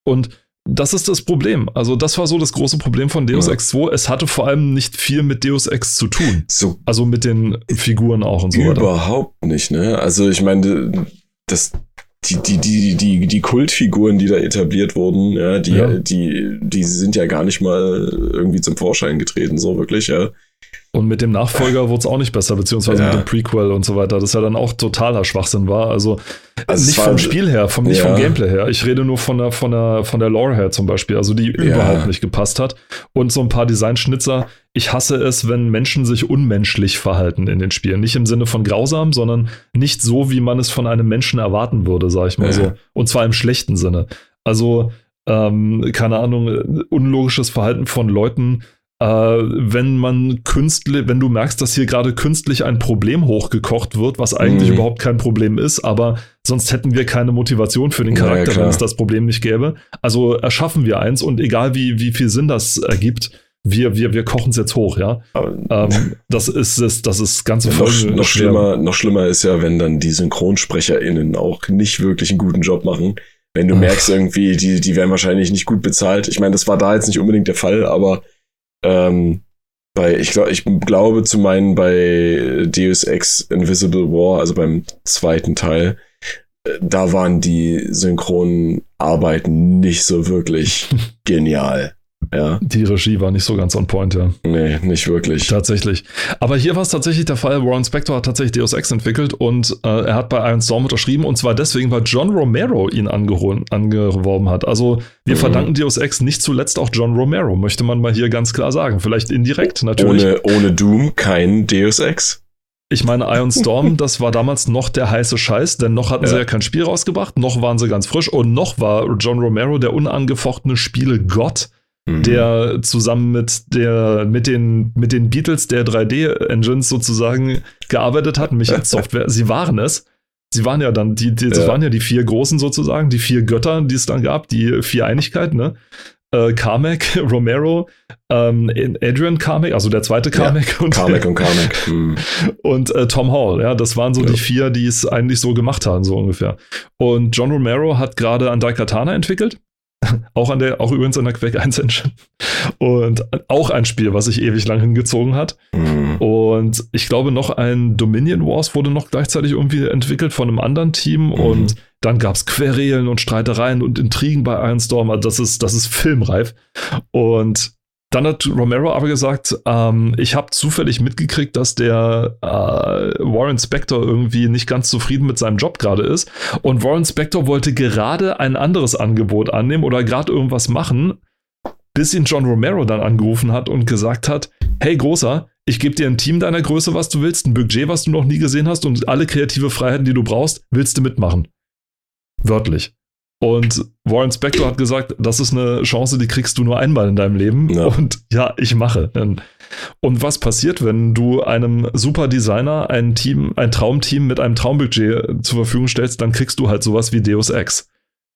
Und das ist das Problem. Also das war so das große Problem von Deus Ja. Ex zwei. Es hatte vor allem nicht viel mit Deus Ex zu tun. So Also mit den Figuren auch und so weiter. überhaupt nicht, ne? Also ich meine, das, die, die, die, die, die Kultfiguren, die da etabliert wurden, ja, die, Ja. die, die sind ja gar nicht mal irgendwie zum Vorschein getreten, so wirklich, ja. Und mit dem Nachfolger wurde es auch nicht besser, beziehungsweise Ja. mit dem Prequel und so weiter, das ja dann auch totaler Schwachsinn war. Also, Also es nicht war- vom Spiel her, vom, nicht Ja. vom Gameplay her. Ich rede nur von der, von der, von der Lore her zum Beispiel, also die überhaupt nicht gepasst hat. Und so ein paar Designschnitzer. Ich hasse es, wenn Menschen sich unmenschlich verhalten in den Spielen. Nicht im Sinne von grausam, sondern nicht so, wie man es von einem Menschen erwarten würde, sag ich mal Ja. so. Und zwar im schlechten Sinne. Also, ähm, keine Ahnung, unlogisches Verhalten von Leuten, äh, wenn man künstlich, wenn du merkst, dass hier gerade künstlich ein Problem hochgekocht wird, was eigentlich Mhm. überhaupt kein Problem ist, aber sonst hätten wir keine Motivation für den Ja, ja, Charakter, klar. wenn es das Problem nicht gäbe. Also erschaffen wir eins und egal wie, wie viel Sinn das ergibt, wir, wir, wir kochen es jetzt hoch, ja. Ähm, das ist es, das ist ganze noch, Folgen noch, schwer. schlimmer, noch schlimmer ist ja, wenn dann die SynchronsprecherInnen auch nicht wirklich einen guten Job machen. Wenn du Ach. merkst irgendwie, die, die werden wahrscheinlich nicht gut bezahlt. Ich meine, das war da jetzt nicht unbedingt der Fall, aber ähm, bei, ich, glaub, ich glaube zu meinen, bei Deus Ex Invisible War, also beim zweiten Teil, äh, da waren die Synchronarbeiten nicht so wirklich genial. Ja, Die Regie war nicht so ganz on point, ja. nee, nicht wirklich. Tatsächlich. Aber hier war es tatsächlich der Fall, Warren Spector hat tatsächlich Deus Ex entwickelt und äh, er hat bei Iron Storm unterschrieben und zwar deswegen, weil John Romero ihn angeho- angeworben hat. Also wir Mhm. verdanken Deus Ex nicht zuletzt auch John Romero, möchte man mal hier ganz klar sagen. Vielleicht indirekt natürlich. Ohne, ohne Doom kein Deus Ex. Ich meine, Iron Storm, das war damals noch der heiße Scheiß, denn noch hatten Ja. sie ja kein Spiel rausgebracht, noch waren sie ganz frisch und noch war John Romero der unangefochtene Spielegott, Mhm. der zusammen mit der mit den mit den Beatles der drei D-Engines sozusagen gearbeitet hat, nämlich als Software. Sie waren es. Sie waren ja dann die, die das Ja. waren ja die vier Großen sozusagen, die vier Götter, die es dann gab, die vier Einigkeiten, ne? Äh, Carmack, Romero, ähm, Adrian Carmack, also der zweite Carmack und Carmack und Carmack. Mhm. und äh, Tom Hall, ja, das waren so Ja. die vier, die es eigentlich so gemacht haben, so ungefähr. Und John Romero hat gerade an Daikatana entwickelt. Auch an der, auch übrigens an der Quake eins Engine. Und auch ein Spiel, was sich ewig lang hingezogen hat. Mhm. Und ich glaube, noch ein Dominion Wars wurde noch gleichzeitig irgendwie entwickelt von einem anderen Team. Mhm. Und dann gab es Querelen und Streitereien und Intrigen bei Iron Storm. Also das ist, das ist filmreif. Und dann hat Romero aber gesagt, ähm, ich habe zufällig mitgekriegt, dass der äh, Warren Spector irgendwie nicht ganz zufrieden mit seinem Job gerade ist. Und Warren Spector wollte gerade ein anderes Angebot annehmen oder gerade irgendwas machen, bis ihn John Romero dann angerufen hat und gesagt hat, hey Großer, ich gebe dir ein Team deiner Größe, was du willst, ein Budget, was du noch nie gesehen hast und alle kreative Freiheiten, die du brauchst, willst du mitmachen. Wörtlich. Und Warren Spector hat gesagt, das ist eine Chance, die kriegst du nur einmal in deinem Leben. Ja. Und ja, ich mache. Und was passiert, wenn du einem super Designer ein Team, ein Traumteam mit einem Traumbudget zur Verfügung stellst, dann kriegst du halt sowas wie Deus Ex.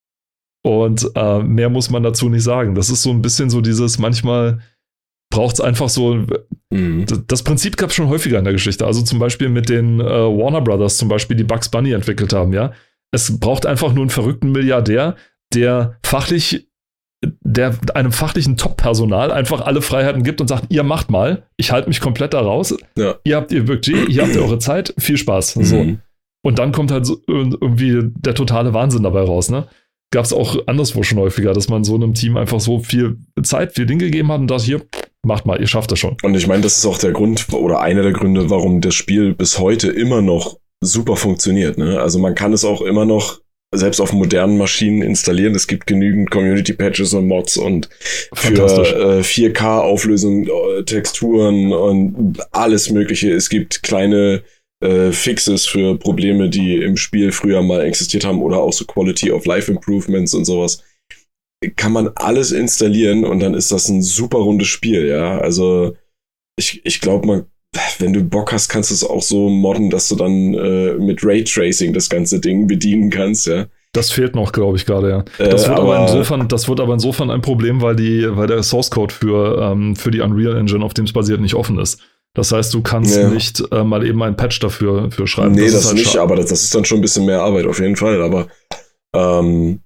Und äh, mehr muss man dazu nicht sagen. Das ist so ein bisschen so dieses, manchmal braucht es einfach so, Mhm. das, das Prinzip gab es schon häufiger in der Geschichte. Also zum Beispiel mit den äh, Warner Brothers zum Beispiel, die Bugs Bunny entwickelt haben, ja. Es braucht einfach nur einen verrückten Milliardär, der fachlich, der einem fachlichen Top-Personal einfach alle Freiheiten gibt und sagt, ihr macht mal, ich halte mich komplett da raus, Ja. ihr habt ihr Budget, ihr habt eure Zeit, viel Spaß. So. Mhm. Und dann kommt halt so irgendwie der totale Wahnsinn dabei raus, ne? Gab es auch anderswo schon häufiger, dass man so einem Team einfach so viel Zeit, viel Ding gegeben hat und das hier, macht mal, ihr schafft das schon. Und ich meine, das ist auch der Grund oder einer der Gründe, warum das Spiel bis heute immer noch super funktioniert. Ne? Also man kann es auch immer noch selbst auf modernen Maschinen installieren. Es gibt genügend Community-Patches und Mods und Fantastisch. für äh, vier K-Auflösung, äh, Texturen und alles Mögliche. Es gibt kleine äh, Fixes für Probleme, die im Spiel früher mal existiert haben oder auch so Quality of Life Improvements und sowas. Kann man alles installieren und dann ist das ein super rundes Spiel, ja. Also ich, ich glaube, man, wenn du Bock hast, kannst du es auch so modden, dass du dann äh, mit Raytracing das ganze Ding bedienen kannst, ja. Das fehlt noch, glaube ich, gerade, ja. Das, Äh, wird aber aber- insofern, das wird aber insofern ein Problem, weil, die, weil der Source Code für, ähm, für die Unreal Engine, auf dem es basiert, nicht offen ist. Das heißt, du kannst Ja. nicht äh, mal eben einen Patch dafür für schreiben. Nee, das, ist halt nicht, schade. aber das, das ist dann schon ein bisschen mehr Arbeit auf jeden Fall. Aber ähm,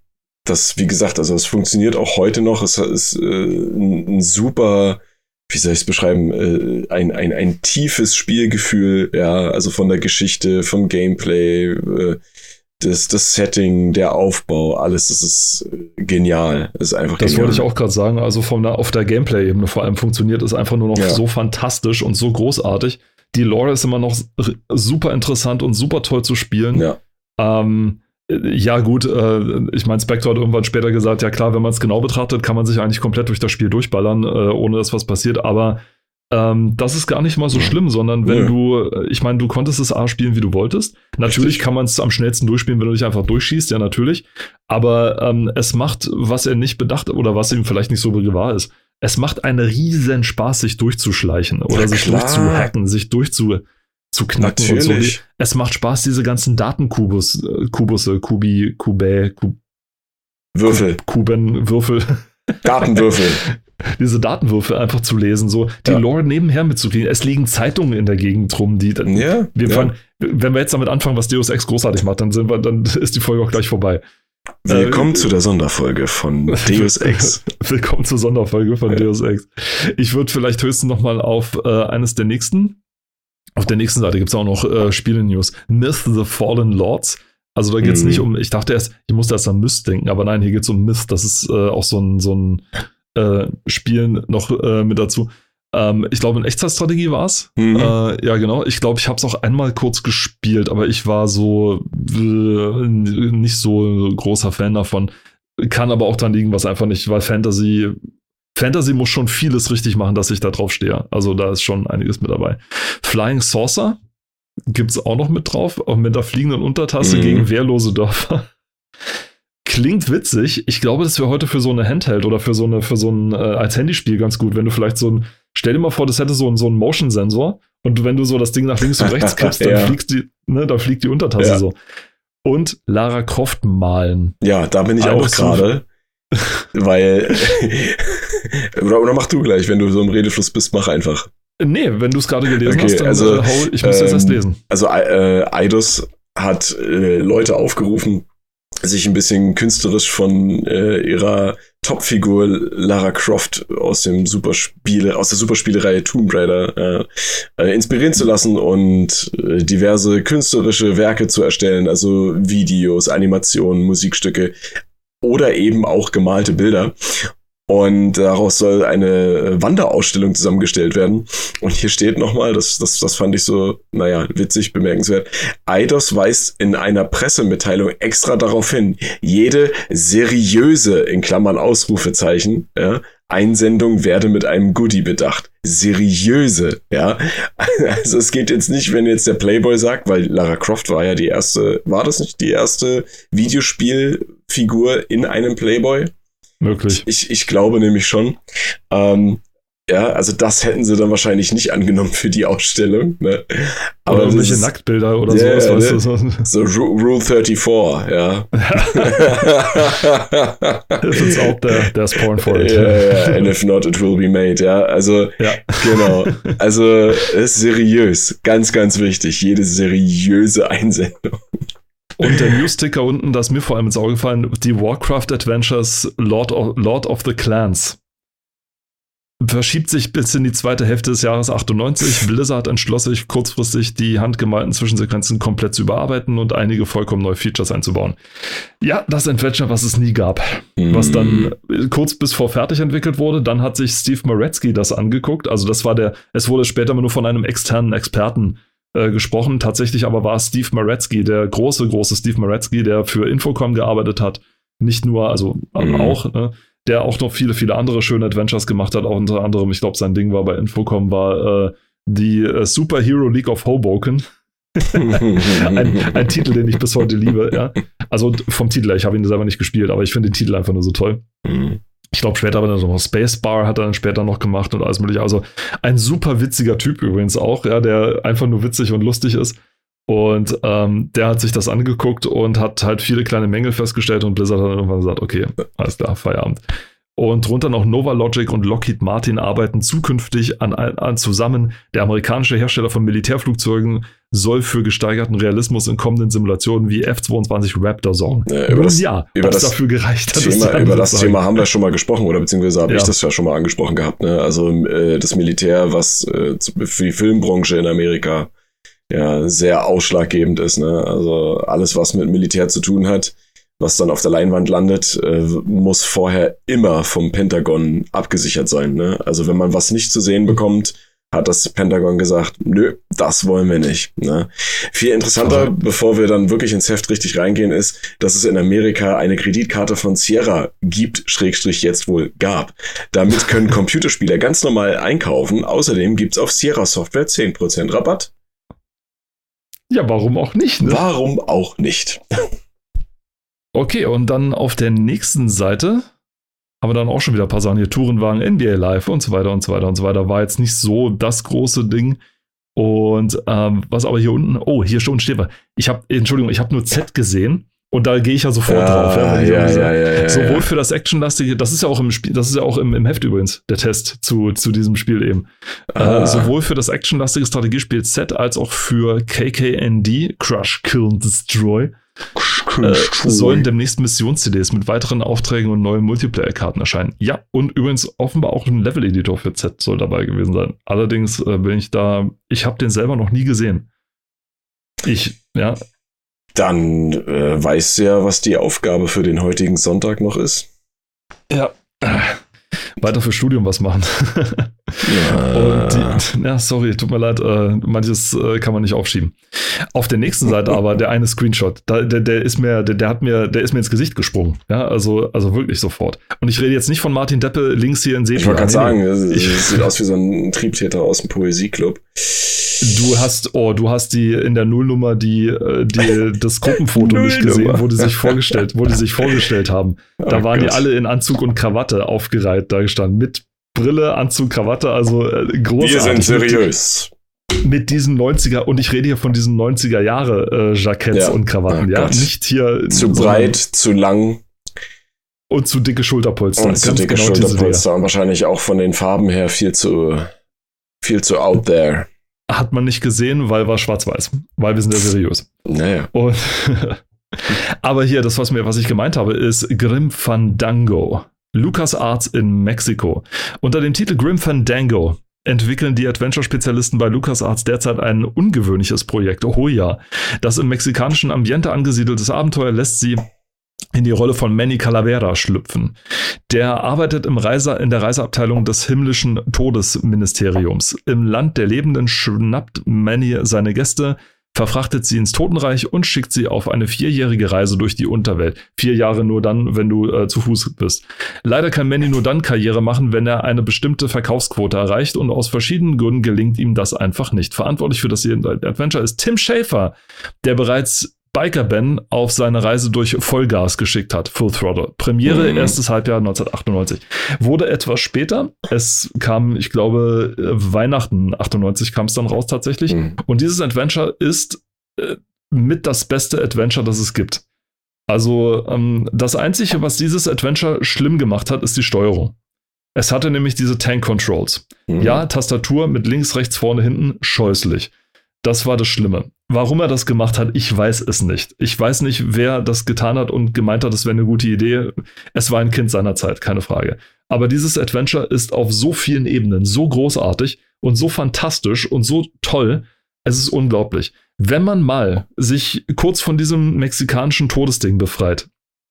das, wie gesagt, also es funktioniert auch heute noch. Es ist äh, ein, ein super, wie soll ich es beschreiben, äh, ein, ein, ein tiefes Spielgefühl, ja, also von der Geschichte, vom Gameplay, äh, das, das Setting, der Aufbau, alles, das ist genial. Das ist einfach Das genial. wollte ich auch gerade sagen. Also von der, auf der Gameplay-Ebene vor allem funktioniert es einfach nur noch Ja. so fantastisch und so großartig. Die Lore ist immer noch r- super interessant und super toll zu spielen. Ja. Ähm, ja, gut, äh, ich meine, Spectre hat irgendwann später gesagt, ja klar, wenn man es genau betrachtet, kann man sich eigentlich komplett durch das Spiel durchballern, äh, ohne dass was passiert, aber ähm, das ist gar nicht mal so Ja. schlimm, sondern wenn Ja. du, ich meine, du konntest es A spielen, wie du wolltest. Natürlich Richtig. kann man es am schnellsten durchspielen, wenn du dich einfach durchschießt, ja, natürlich. Aber ähm, es macht, was er nicht bedacht oder was ihm vielleicht nicht so gewahr ist, es macht einen riesen Spaß, sich durchzuschleichen oder Ja, sich klar. durchzuhacken, sich durchzu zu knacken und so. Natürlich. Es macht Spaß, diese ganzen Datenkubus, äh, Kubusse, Kubi, Kubä, Kub, Würfel, Kuben, Würfel, Datenwürfel. diese Datenwürfel einfach zu lesen, so die Ja. Lore nebenher mitzukriegen. Es liegen Zeitungen in der Gegend rum, die dann, Ja, wir ja. fangen, wenn wir jetzt damit anfangen, was Deus Ex großartig macht, dann sind wir, dann ist die Folge auch gleich vorbei. Willkommen Äh, zu der Sonderfolge von Deus Ex. Willkommen zur Sonderfolge von Ja. Deus Ex. Ich würde vielleicht höchstens noch mal auf äh, eines der nächsten, auf der nächsten Seite gibt es auch noch äh, Spiele-News. Myth the Fallen Lords. Also da geht es Mhm. nicht um, ich dachte erst, ich musste erst an Myth denken, aber nein, hier geht es um Myth. Das ist äh, auch so ein, so ein äh, Spiel noch äh, mit dazu. Ähm, ich glaube, in Echtzeitstrategie war es. Mhm. Äh, ja, genau. Ich glaube, ich habe es auch einmal kurz gespielt, aber ich war so äh, nicht so großer Fan davon. Kann aber auch dran liegen, was einfach nicht, weil Fantasy, Fantasy muss schon vieles richtig machen, dass ich da drauf stehe. Also da ist schon einiges mit dabei. Flying Saucer gibt es auch noch mit drauf, auch mit der fliegenden Untertasse Mhm. gegen wehrlose Dörfer. Klingt witzig. Ich glaube, das wäre heute für so eine Handheld oder für so eine, für so ein äh, als Handyspiel ganz gut, wenn du vielleicht so ein, stell dir mal vor, das hätte so ein, so einen Motion-Sensor und wenn du so das Ding nach links und rechts kippst, dann Ja. fliegt die, ne, dann fliegt die Untertasse Ja. so. Und Lara Croft malen. Ja, da bin ich Einfach auch so- gerade. Weil. oder, oder mach du gleich, wenn du so im Redefluss bist, mach einfach. Nee, wenn du es gerade gelesen Okay, hast, dann also, äh, hau, ich muss das ähm, erst lesen. Also äh, Eidos hat äh, Leute aufgerufen, sich ein bisschen künstlerisch von äh, ihrer Topfigur Lara Croft aus dem Superspiele, aus der Superspielereihe Tomb Raider äh, äh, inspirieren zu lassen und äh, diverse künstlerische Werke zu erstellen, also Videos, Animationen, Musikstücke oder eben auch gemalte Bilder. Und daraus soll eine Wanderausstellung zusammengestellt werden. Und hier steht nochmal, das, das, das fand ich so, naja, witzig, bemerkenswert. Eidos weist in einer Pressemitteilung extra darauf hin, jede seriöse, in Klammern Ausrufezeichen, ja, Einsendung werde mit einem Goodie bedacht. Seriöse, ja. Also es geht jetzt nicht, wenn jetzt der Playboy sagt, weil Lara Croft war ja die erste, war das nicht die erste Videospielfigur in einem Playboy? Möglich. Ich, ich glaube nämlich schon. Ähm, ja, also das hätten sie dann wahrscheinlich nicht angenommen für die Ausstellung. Ne? Oder das irgendwelche ist Nacktbilder oder Ja, sowas, ja, weißt ne? du. So. so Ru- Rule vierunddreißig, ja. If it's out there, there's porn for it. Ja, ja, and if not, it will be made, ja. Also, Ja. genau. Also, es ist seriös. Ganz, ganz wichtig. Jede seriöse Einsendung. Und der Newsticker unten, das ist mir vor allem ins Auge gefallen, die Warcraft Adventures Lord of, Lord of the Clans. Verschiebt sich bis in die zweite Hälfte des Jahres achtundneunzig. Blizzard entschloss sich kurzfristig, die handgemalten Zwischensequenzen komplett zu überarbeiten und einige vollkommen neue Features einzubauen. Ja, das Adventure, was es nie gab. Was dann kurz bis vor fertig entwickelt wurde. Dann hat sich Steve Moretzky das angeguckt. Also das war der, es wurde später nur von einem externen Experten äh, gesprochen. Tatsächlich aber war Steve Moretzky, der große, große Steve Moretzky, der für Infocom gearbeitet hat. Nicht nur, also Mhm. auch, ne? Der auch noch viele, viele andere schöne Adventures gemacht hat. Auch unter anderem, ich glaube, sein Ding war bei Infocom, war äh, die äh, Superhero League of Hoboken. ein, ein Titel, den ich bis heute liebe. Ja. Also vom Titel her, ich habe ihn selber nicht gespielt, aber ich finde den Titel einfach nur so toll. Mhm. Ich glaube, später hat er noch Space Bar hat er dann später noch gemacht und alles mögliche. Also ein super witziger Typ übrigens auch, ja, der einfach nur witzig und lustig ist. Und ähm, der hat sich das angeguckt und hat halt viele kleine Mängel festgestellt und Blizzard hat dann irgendwann gesagt, okay, alles klar, Feierabend. Und drunter noch Nova Logic und Lockheed Martin arbeiten zukünftig an, an zusammen. Der amerikanische Hersteller von Militärflugzeugen soll für gesteigerten Realismus in kommenden Simulationen wie F zweiundzwanzig Raptor sorgen. Ja, über das, ja, über das dafür gereicht hat. Thema, über das Thema haben wir schon mal gesprochen, oder beziehungsweise habe ja. ich das ja schon mal angesprochen gehabt. Ne? Also äh, das Militär, was äh, für die Filmbranche in Amerika ja sehr ausschlaggebend ist. Ne? Also alles, was mit Militär zu tun hat, was dann auf der Leinwand landet, äh, muss vorher immer vom Pentagon abgesichert sein. Ne? Also wenn man was nicht zu sehen bekommt, hat das Pentagon gesagt, nö, das wollen wir nicht. Ne? Viel interessanter, okay. bevor wir dann wirklich ins Heft richtig reingehen, ist, dass es in Amerika eine Kreditkarte von Sierra gibt, Schrägstrich jetzt wohl gab. Damit können Computerspieler ganz normal einkaufen. Außerdem gibt's auf Sierra Software zehn Prozent Rabatt. Ja, warum auch nicht? Ne? Warum auch nicht? Okay, und dann auf der nächsten Seite haben wir dann auch schon wieder ein paar Sachen hier. Tourenwagen, N B A Live und so weiter und so weiter und so weiter. War jetzt nicht so das große Ding. Und ähm, was aber hier unten, oh, hier schon steht was. Ich habe, Entschuldigung, ich habe nur Z gesehen und da gehe ich ja sofort ja, drauf. Ja, ja, ja, ja, ja, sowohl ja. für das Actionlastige, das ist ja auch im Spiel, das ist ja auch im, im Heft übrigens, der Test zu, zu diesem Spiel eben. Ah. Äh, sowohl für das actionlastige Strategiespiel Z als auch für K K N D, Crush, Kill and Destroy. Äh, sollen demnächst Missions-C Ds mit weiteren Aufträgen und neuen Multiplayer-Karten erscheinen. Ja, und übrigens offenbar auch ein Level-Editor für Z soll dabei gewesen sein. Allerdings äh, bin ich da, ich habe den selber noch nie gesehen. Ich, ja. Dann äh, weißt du ja, was die Aufgabe für den heutigen Sonntag noch ist. Ja. Weiter für Studium was machen. Ja. Und die, ja, sorry, tut mir leid, äh, manches äh, kann man nicht aufschieben. Auf der nächsten Seite aber der eine Screenshot, da, der, der ist mir, der, der hat mir, der ist mir ins Gesicht gesprungen. Ja, also, also wirklich sofort. Und ich rede jetzt nicht von Martin Deppe links hier in Sepia. Ich wollte gerade sagen, nee, es ich, sieht aus wie so ein Triebtäter aus dem Poesieclub. Du hast, oh, du hast die in der Nullnummer die, die das Gruppenfoto nicht gesehen, wo die sich vorgestellt, wo die sich vorgestellt haben. Da oh waren Gott. Die alle in Anzug und Krawatte aufgereiht da gestanden. Mit Brille, Anzug, Krawatte, also äh, großartig. Wir sind seriös. Mit, mit diesen neunziger, und ich rede hier von diesen neunziger Jahre äh, Jacketts ja. und Krawatten, oh ja. Gott. Nicht hier. Zu breit, zu lang. Und zu dicke Schulterpolster. Und zu dicke genau Schulterpolster. Und wahrscheinlich auch von den Farben her viel zu, viel zu out there. Hat man nicht gesehen, weil war schwarz-weiß. Weil wir sind ja seriös. Naja. Und aber hier, das, was, mir, was ich gemeint habe, ist Grim Fandango. LucasArts in Mexiko. Unter dem Titel Grim Fandango entwickeln die Adventure-Spezialisten bei LucasArts derzeit ein ungewöhnliches Projekt, oh ja. Das im mexikanischen Ambiente angesiedeltes Abenteuer lässt sie in die Rolle von Manny Calavera schlüpfen. Der arbeitet im Reise, in der Reiseabteilung des himmlischen Todesministeriums. Im Land der Lebenden schnappt Manny seine Gäste, verfrachtet sie ins Totenreich und schickt sie auf eine vierjährige Reise durch die Unterwelt. Vier Jahre nur dann, wenn du äh, zu Fuß bist. Leider kann Manny nur dann Karriere machen, wenn er eine bestimmte Verkaufsquote erreicht, und aus verschiedenen Gründen gelingt ihm das einfach nicht. Verantwortlich für das Adventure ist Tim Schafer, der bereits Biker Ben auf seine Reise durch Vollgas geschickt hat, Full Throttle. Premiere mhm. erstes Halbjahr neunzehnhundertachtundneunzig. Wurde etwas später. Es kam, ich glaube, Weihnachten achtundneunzig kam es dann raus tatsächlich. Mhm. Und dieses Adventure ist äh, mit das beste Adventure, das es gibt. Also ähm, das Einzige, was dieses Adventure schlimm gemacht hat, ist die Steuerung. Es hatte nämlich diese Tank-Controls. Mhm. Ja, Tastatur mit links, rechts, vorne, hinten, scheußlich. Das war das Schlimme. Warum er das gemacht hat, ich weiß es nicht. Ich weiß nicht, wer das getan hat und gemeint hat, es wäre eine gute Idee. Es war ein Kind seiner Zeit, keine Frage. Aber dieses Adventure ist auf so vielen Ebenen so großartig und so fantastisch und so toll. Es ist unglaublich. Wenn man mal sich kurz von diesem mexikanischen Todesding befreit,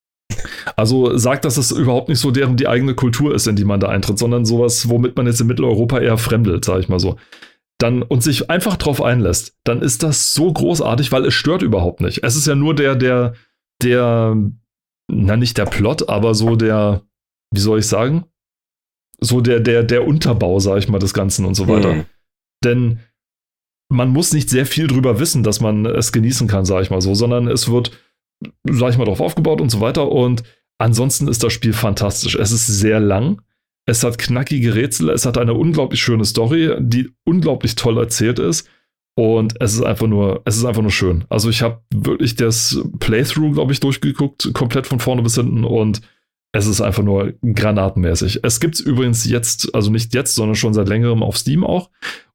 also sagt, dass es überhaupt nicht so deren die eigene Kultur ist, in die man da eintritt, sondern sowas, womit man jetzt in Mitteleuropa eher fremdelt, sag ich mal so. Dann, und sich einfach drauf einlässt, dann ist das so großartig, weil es stört überhaupt nicht. Es ist ja nur der, der, der, na nicht der Plot, aber so der, wie soll ich sagen, so der, der, der Unterbau, sag ich mal, des Ganzen und so weiter. Mhm. Denn man muss nicht sehr viel drüber wissen, dass man es genießen kann, sag ich mal so, sondern es wird, sag ich mal, drauf aufgebaut und so weiter, und ansonsten ist das Spiel fantastisch. Es ist sehr lang. Es hat knackige Rätsel, es hat eine unglaublich schöne Story, die unglaublich toll erzählt ist, und es ist einfach nur, es ist einfach nur schön. Also ich habe wirklich das Playthrough, glaube ich, durchgeguckt, komplett von vorne bis hinten, und es ist einfach nur granatenmäßig. Es gibt es übrigens jetzt, also nicht jetzt, sondern schon seit längerem auf Steam auch,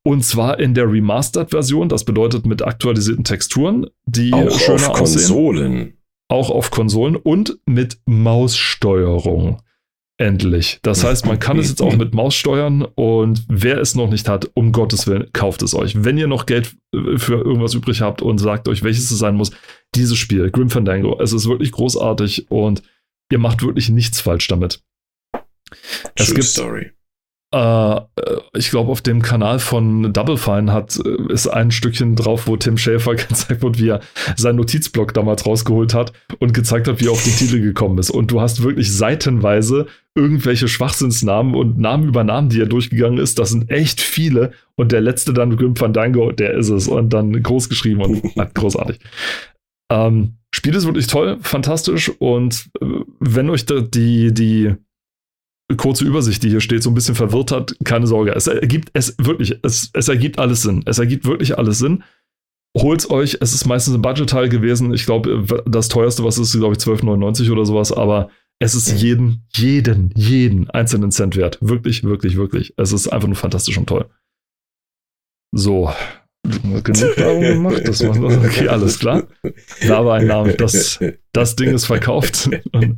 Und zwar in der Remastered-Version, das bedeutet mit aktualisierten Texturen, die auch schöner auf aussehen. Konsolen. Auch auf Konsolen und mit Maussteuerung. Endlich. Das heißt, man kann es jetzt auch mit Maus steuern und wer es noch nicht hat, um Gottes Willen, kauft es euch. Wenn ihr noch Geld für irgendwas übrig habt und sagt euch, welches es sein muss, dieses Spiel, Grim Fandango, es ist wirklich großartig und ihr macht wirklich nichts falsch damit. Es True gibt, Story. Äh, ich glaube, auf dem Kanal von Double Fine hat, ist ein Stückchen drauf, wo Tim Schafer gezeigt wird, wie er seinen Notizblock damals rausgeholt hat und gezeigt hat, wie er auf die Titel gekommen ist. Und du hast wirklich seitenweise irgendwelche Schwachsinnsnamen und Namen über Namen, die er durchgegangen ist. Das sind echt viele. Und der letzte dann, Grim Fandango, der ist es. Und dann groß geschrieben und großartig. Ähm, Spiel ist wirklich toll, fantastisch. Und wenn euch da die, die kurze Übersicht, die hier steht, so ein bisschen verwirrt hat, keine Sorge. Es ergibt es wirklich, es, es ergibt alles Sinn. Es ergibt wirklich alles Sinn. Holt's euch, es ist meistens ein Budget-Teil gewesen. Ich glaube, das teuerste, was ist, glaube ich, zwölf neunundneunzig oder sowas, aber es ist jeden, jeden, jeden einzelnen Cent wert. Wirklich, wirklich, wirklich. Es ist einfach nur fantastisch und toll. So. Genug Werbung gemacht. Das war, okay, alles klar. Da war ein Name. Das, das Ding ist verkauft.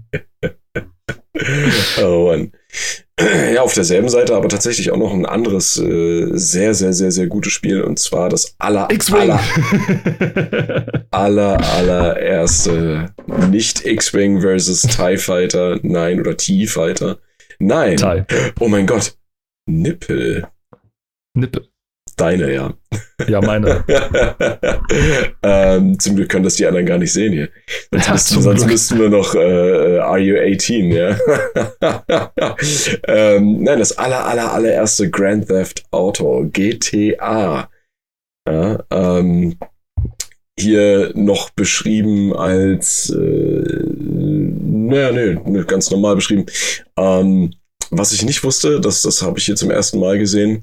Oh Mann. Ja, auf derselben Seite aber tatsächlich auch noch ein anderes äh, sehr, sehr, sehr, sehr gutes Spiel und zwar das aller, aller, aller, allererste nicht X-Wing versus TIE Fighter, nein, oder T-Fighter, nein. TIE. Oh mein Gott. Nippel. Nippel. Deine, ja. Ja, meine. ähm, zum Glück können das die anderen gar nicht sehen hier. Sonst, Ja, müssten, sonst müssten wir noch äh, Are You achtzehn, ja. ähm, nein, das aller, aller, allererste Grand Theft Auto, G T A. Ja, ähm, hier noch beschrieben als äh, naja, nee, ganz normal beschrieben. Ähm, was ich nicht wusste, das, das habe ich hier zum ersten Mal gesehen,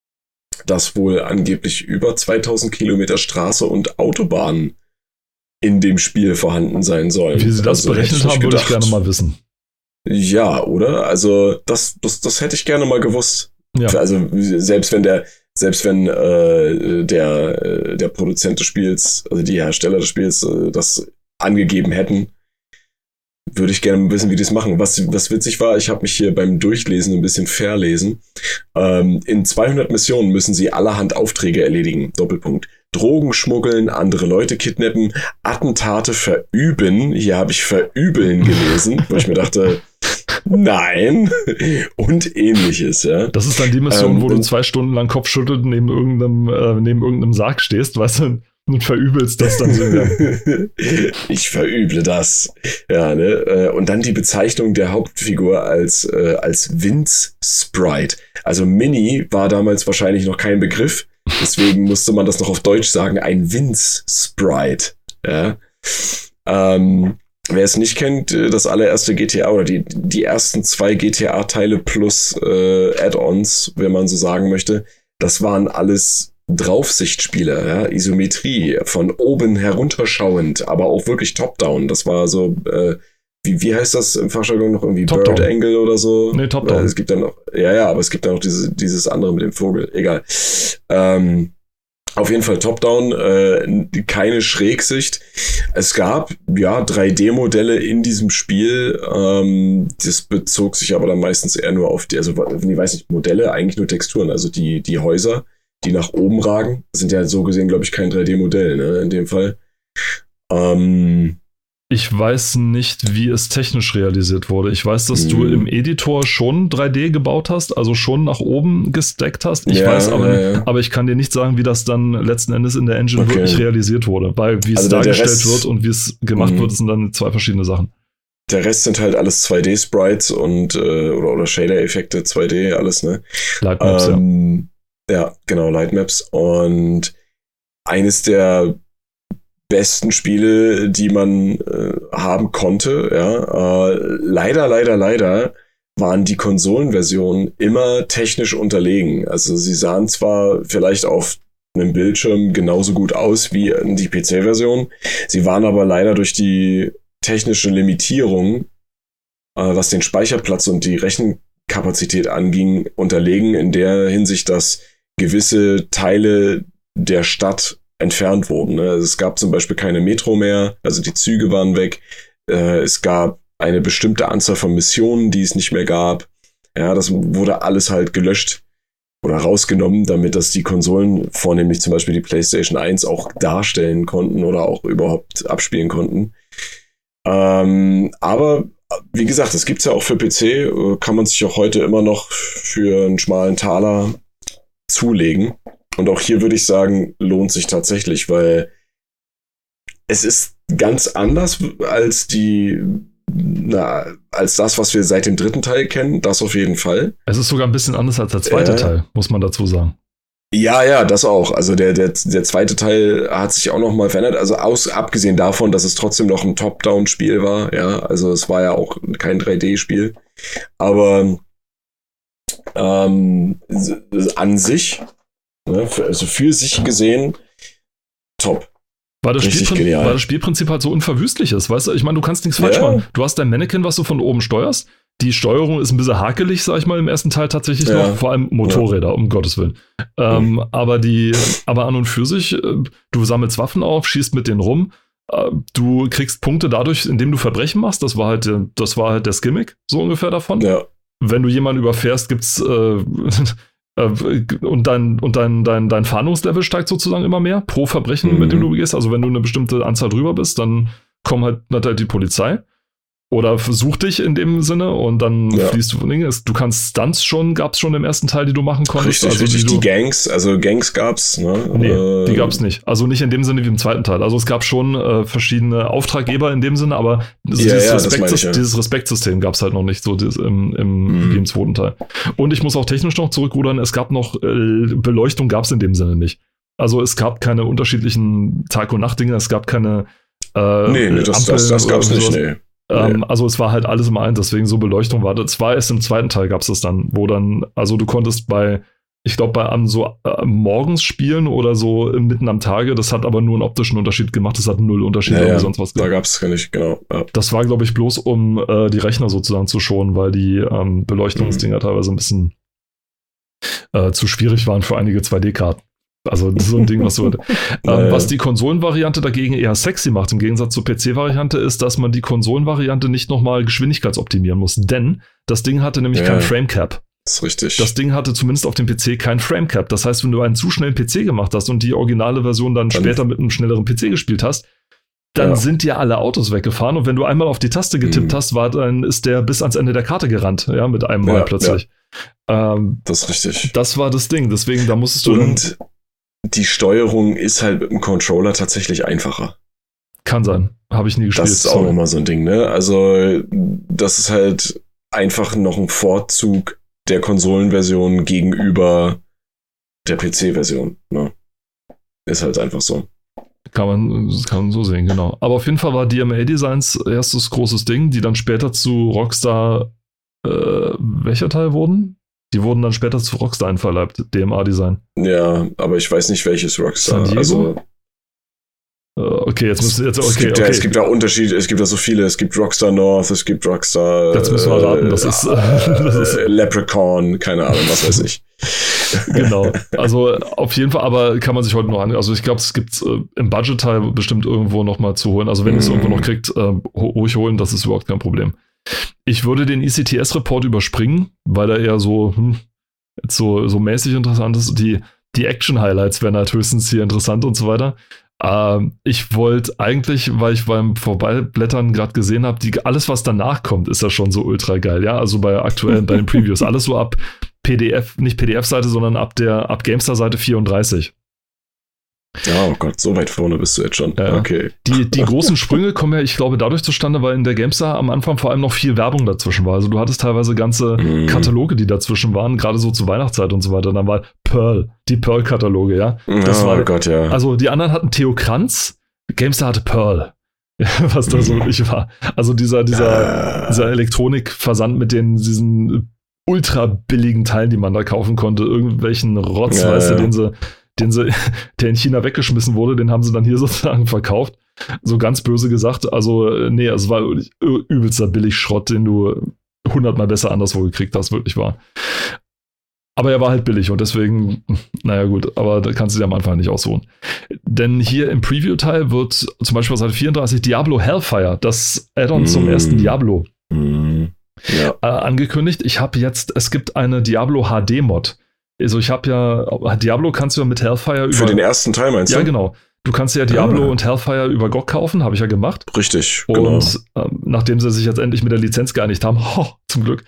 dass wohl angeblich über zweitausend Kilometer Straße und Autobahn in dem Spiel vorhanden sein sollen. Wie sie das also, berechnet haben, würde ich gerne mal wissen. Ja, oder? Also das, das, das hätte ich gerne mal gewusst. Ja. Also selbst wenn der, selbst wenn äh, der, äh, der Produzent des Spiels, also die Hersteller des Spiels, äh, das angegeben hätten, würde ich gerne wissen, wie die das machen. Was, was witzig war, ich habe mich hier beim Durchlesen ein bisschen verlesen. Ähm, in zweihundert Missionen müssen sie allerhand Aufträge erledigen. Doppelpunkt. Drogen schmuggeln, andere Leute kidnappen, Attentate verüben. Hier habe ich verübeln gelesen, wo ich mir dachte, nein. Und ähnliches, ja. Das ist dann die Mission, ähm, wo du zwei Stunden lang kopfschüttelt neben irgendeinem, äh, neben irgendeinem Sarg stehst, weißt du, und verübelst das dann so. Ja. Ich verüble das. Ja, ne? Und dann die Bezeichnung der Hauptfigur als, äh, als Vince Sprite. Also Mini war damals wahrscheinlich noch kein Begriff. Deswegen musste man das noch auf Deutsch sagen. Ein Vince Sprite. Ja. Ähm, wer es nicht kennt, das allererste G T A oder die, die ersten zwei G T A-Teile plus äh, Add-ons, wenn man so sagen möchte, das waren alles Draufsichtspiele, ja, Isometrie, von oben herunterschauend, aber auch wirklich Top-Down. Das war so, äh, wie, wie heißt das im Fachjargon noch irgendwie? Bird Angle oder so? Nee, Top-Down. Es gibt dann noch, ja, ja, aber es gibt dann noch diese, dieses andere mit dem Vogel. Egal. Ähm, auf jeden Fall Top-Down, äh, keine Schrägsicht. Es gab, ja, drei D-Modelle in diesem Spiel. Ähm, das bezog sich aber dann meistens eher nur auf die, also, ich weiß nicht, Modelle, eigentlich nur Texturen, also die, die Häuser, die nach oben ragen. Das sind ja so gesehen, glaube ich, kein drei D-Modell, ne, in dem Fall. Ähm, ich weiß nicht, wie es technisch realisiert wurde. Ich weiß, dass du im Editor schon drei D gebaut hast, also schon nach oben gestackt hast. Ich ja, weiß aber, ja, ja. aber ich kann dir nicht sagen, wie das dann letzten Endes in der Engine okay. wirklich realisiert wurde. Weil wie es also dargestellt Rest, wird und wie es gemacht mh. wird, sind dann zwei verschiedene Sachen. Der Rest sind halt alles zwei D-Sprites und äh, oder, oder Shader-Effekte, zwei D, alles, ne? Lightmaps, ähm, ja. Ja, genau, Lightmaps. Und eines der besten Spiele, die man äh, haben konnte, ja. Äh, leider, leider, leider waren die Konsolenversionen immer technisch unterlegen. Also sie sahen zwar vielleicht auf einem Bildschirm genauso gut aus wie die P C-Version, sie waren aber leider durch die technische Limitierung, äh, was den Speicherplatz und die Rechenkapazität anging, unterlegen in der Hinsicht, dass gewisse Teile der Stadt entfernt wurden. Ne? Also es gab zum Beispiel keine Metro mehr, also die Züge waren weg. Äh, es gab eine bestimmte Anzahl von Missionen, die es nicht mehr gab. Ja, das wurde alles halt gelöscht oder rausgenommen, damit das die Konsolen, vornehmlich zum Beispiel die PlayStation eins, auch darstellen konnten oder auch überhaupt abspielen konnten. Ähm, aber wie gesagt, das gibt's ja auch für P C, kann man sich auch heute immer noch für einen schmalen Taler zulegen. Und auch hier würde ich sagen, lohnt sich tatsächlich, weil es ist ganz anders als die Na, als das, was wir seit dem dritten Teil kennen, das auf jeden Fall. Es ist sogar ein bisschen anders als der zweite äh, Teil, muss man dazu sagen. Ja, ja, das auch. Also der, der, der zweite Teil hat sich auch noch mal verändert. Also aus, abgesehen davon, dass es trotzdem noch ein Top-Down-Spiel war. Ja, also es war ja auch kein drei D-Spiel. Aber ähm, an sich, ne, für, also für sich gesehen, top. Weil das, Spielprin- weil das Spielprinzip halt so unverwüstlich ist, weißt du? Ich meine, du kannst nichts falsch ja. machen. Du hast dein Mannequin, was du von oben steuerst. Die Steuerung ist ein bisschen hakelig, sag ich mal, im ersten Teil tatsächlich ja. noch. Vor allem Motorräder, ja. um Gottes Willen. Ähm, mhm. aber, die, aber an und für sich, du sammelst Waffen auf, schießt mit denen rum. Du kriegst Punkte dadurch, indem du Verbrechen machst. Das war halt, das war halt das Gimmick, so ungefähr davon. Ja. Wenn du jemanden überfährst, gibt's äh, und dein, und dein, dein, dein Fahndungslevel steigt sozusagen immer mehr pro Verbrechen, mhm. mit dem du begehst. Also wenn du eine bestimmte Anzahl drüber bist, dann kommt halt, halt die Polizei oder versucht dich in dem Sinne und dann ja. fließt du von Dingen. Du kannst Stunts schon, gab es schon im ersten Teil, die du machen konntest. Richtig, also richtig. Die, die Gangs, also Gangs gab's, ne? Nee, äh, die gab's nicht. Also nicht in dem Sinne wie im zweiten Teil. Also es gab schon äh, verschiedene Auftraggeber in dem Sinne, aber ja, dieses, ja, Respekt, ich, ja. dieses Respektsystem gab's halt noch nicht so dieses, im, im, mhm. wie im zweiten Teil. Und ich muss auch technisch noch zurückrudern, es gab noch, äh, Beleuchtung gab's in dem Sinne nicht. Also es gab keine unterschiedlichen Tag- und Nacht-Dinge, es gab keine äh, Nee, nee das, das, das gab's nicht, nee. Ähm, nee. Also es war halt alles im einen, deswegen so Beleuchtung war das. War erst im zweiten Teil gab es das dann, wo dann, also du konntest bei, ich glaube, bei am so äh, morgens spielen oder so mitten am Tage, das hat aber nur einen optischen Unterschied gemacht, das hat null Unterschied ja, oder ja, sonst was da gab es gar nicht, genau. Ja. Das war, glaube ich, bloß um äh, die Rechner sozusagen zu schonen, weil die ähm, Beleuchtungsdinger mhm. teilweise ein bisschen äh, zu schwierig waren für einige zwei D-Karten. Also das ist so ein Ding, was so. ähm, naja. Was die Konsolenvariante dagegen eher sexy macht, im Gegensatz zur P C-Variante, ist, dass man die Konsolenvariante nicht nochmal geschwindigkeitsoptimieren muss. Denn das Ding hatte nämlich ja. kein Framecap. Das ist richtig. Das Ding hatte zumindest auf dem P C kein Framecap. Das heißt, wenn du einen zu schnellen P C gemacht hast und die originale Version dann, dann später mit einem schnelleren P C gespielt hast, dann ja. sind dir alle Autos weggefahren. Und wenn du einmal auf die Taste getippt mhm. hast, war, dann ist der bis ans Ende der Karte gerannt. Ja, mit einem Mal ja, plötzlich. Ja. Ähm, das ist richtig. Das war das Ding. Deswegen, da musstest du. Und die Steuerung ist halt mit dem Controller tatsächlich einfacher. Kann sein. Habe ich nie gespielt. Das ist auch nochmal so ein Ding, ne? Also, das ist halt einfach noch ein Vorzug der Konsolenversion gegenüber der P C-Version, ne? Ist halt einfach so. Kann man, kann man so sehen, genau. Aber auf jeden Fall war D M A Designs erstes großes Ding, die dann später zu Rockstar, äh, welcher Teil wurden? Die wurden dann später zu Rockstar einverleibt, D M A-Design. Ja, aber ich weiß nicht, welches Rockstar. San Diego? Also, uh, okay, jetzt müssen wir jetzt. Okay, es, gibt okay. Ja, es gibt da Unterschiede, es gibt da so viele. Es gibt Rockstar North, es gibt Rockstar. Jetzt müssen wir raten, das ist. Äh, das ist Leprechaun, keine Ahnung, was weiß ich. Genau, also auf jeden Fall, aber kann man sich heute noch an. Also ich glaube, es gibt äh, im Budget-Teil bestimmt irgendwo noch mal zu holen. Also wenn ihr es Mhm. irgendwo noch kriegt, äh, ruhig holen, das ist überhaupt kein Problem. Ich würde den E C T S-Report überspringen, weil er eher so, hm, jetzt so, so mäßig interessant ist. Die, die Action-Highlights wären halt höchstens hier interessant und so weiter. Ähm, ich wollte eigentlich, weil ich beim Vorbeiblättern gerade gesehen habe, alles, was danach kommt, ist ja schon so ultra geil. Ja, also bei aktuellen, bei den Previews, alles so ab P D F, nicht P D F-Seite, sondern ab der ab GameStar-Seite vierunddreißig. Ja, oh Gott, so weit vorne bist du jetzt schon. Ja. Okay. Die, die großen Sprünge kommen ja, ich glaube, dadurch zustande, weil in der GameStar am Anfang vor allem noch viel Werbung dazwischen war. Also du hattest teilweise ganze mm. Kataloge, die dazwischen waren, gerade so zur Weihnachtszeit und so weiter. Dann war Pearl, die Pearl-Kataloge, ja. Das oh war, Gott, ja. Also die anderen hatten Theo Kranz, GameStar hatte Pearl. Was da so nicht war. Also dieser, dieser, ah. dieser Elektronikversand mit den, diesen ultra billigen Teilen, die man da kaufen konnte, irgendwelchen Rotz, ja, weißt du, ja. den sie den sie, der in China weggeschmissen wurde, den haben sie dann hier sozusagen verkauft. So ganz böse gesagt. Also, nee, es war übelster Billigschrott, den du hundertmal besser anderswo gekriegt hast, wirklich wahr. Aber er war halt billig und deswegen, naja gut, aber da kannst du dir am Anfang nicht aussuchen. Denn hier im Preview-Teil wird zum Beispiel auf Seite vierunddreißig Diablo Hellfire, das Add-on mm. zum ersten Diablo, mm. ja. äh, angekündigt. Ich habe jetzt, es gibt eine Diablo H D-Mod. Also ich habe ja, Diablo kannst du ja mit Hellfire über... Für den ersten Teil meinst du? Ja, genau. Du kannst ja Diablo ah. und Hellfire über G O G kaufen, habe ich ja gemacht. Richtig, und genau. Und äh, nachdem sie sich jetzt endlich mit der Lizenz geeinigt haben, oh, zum Glück.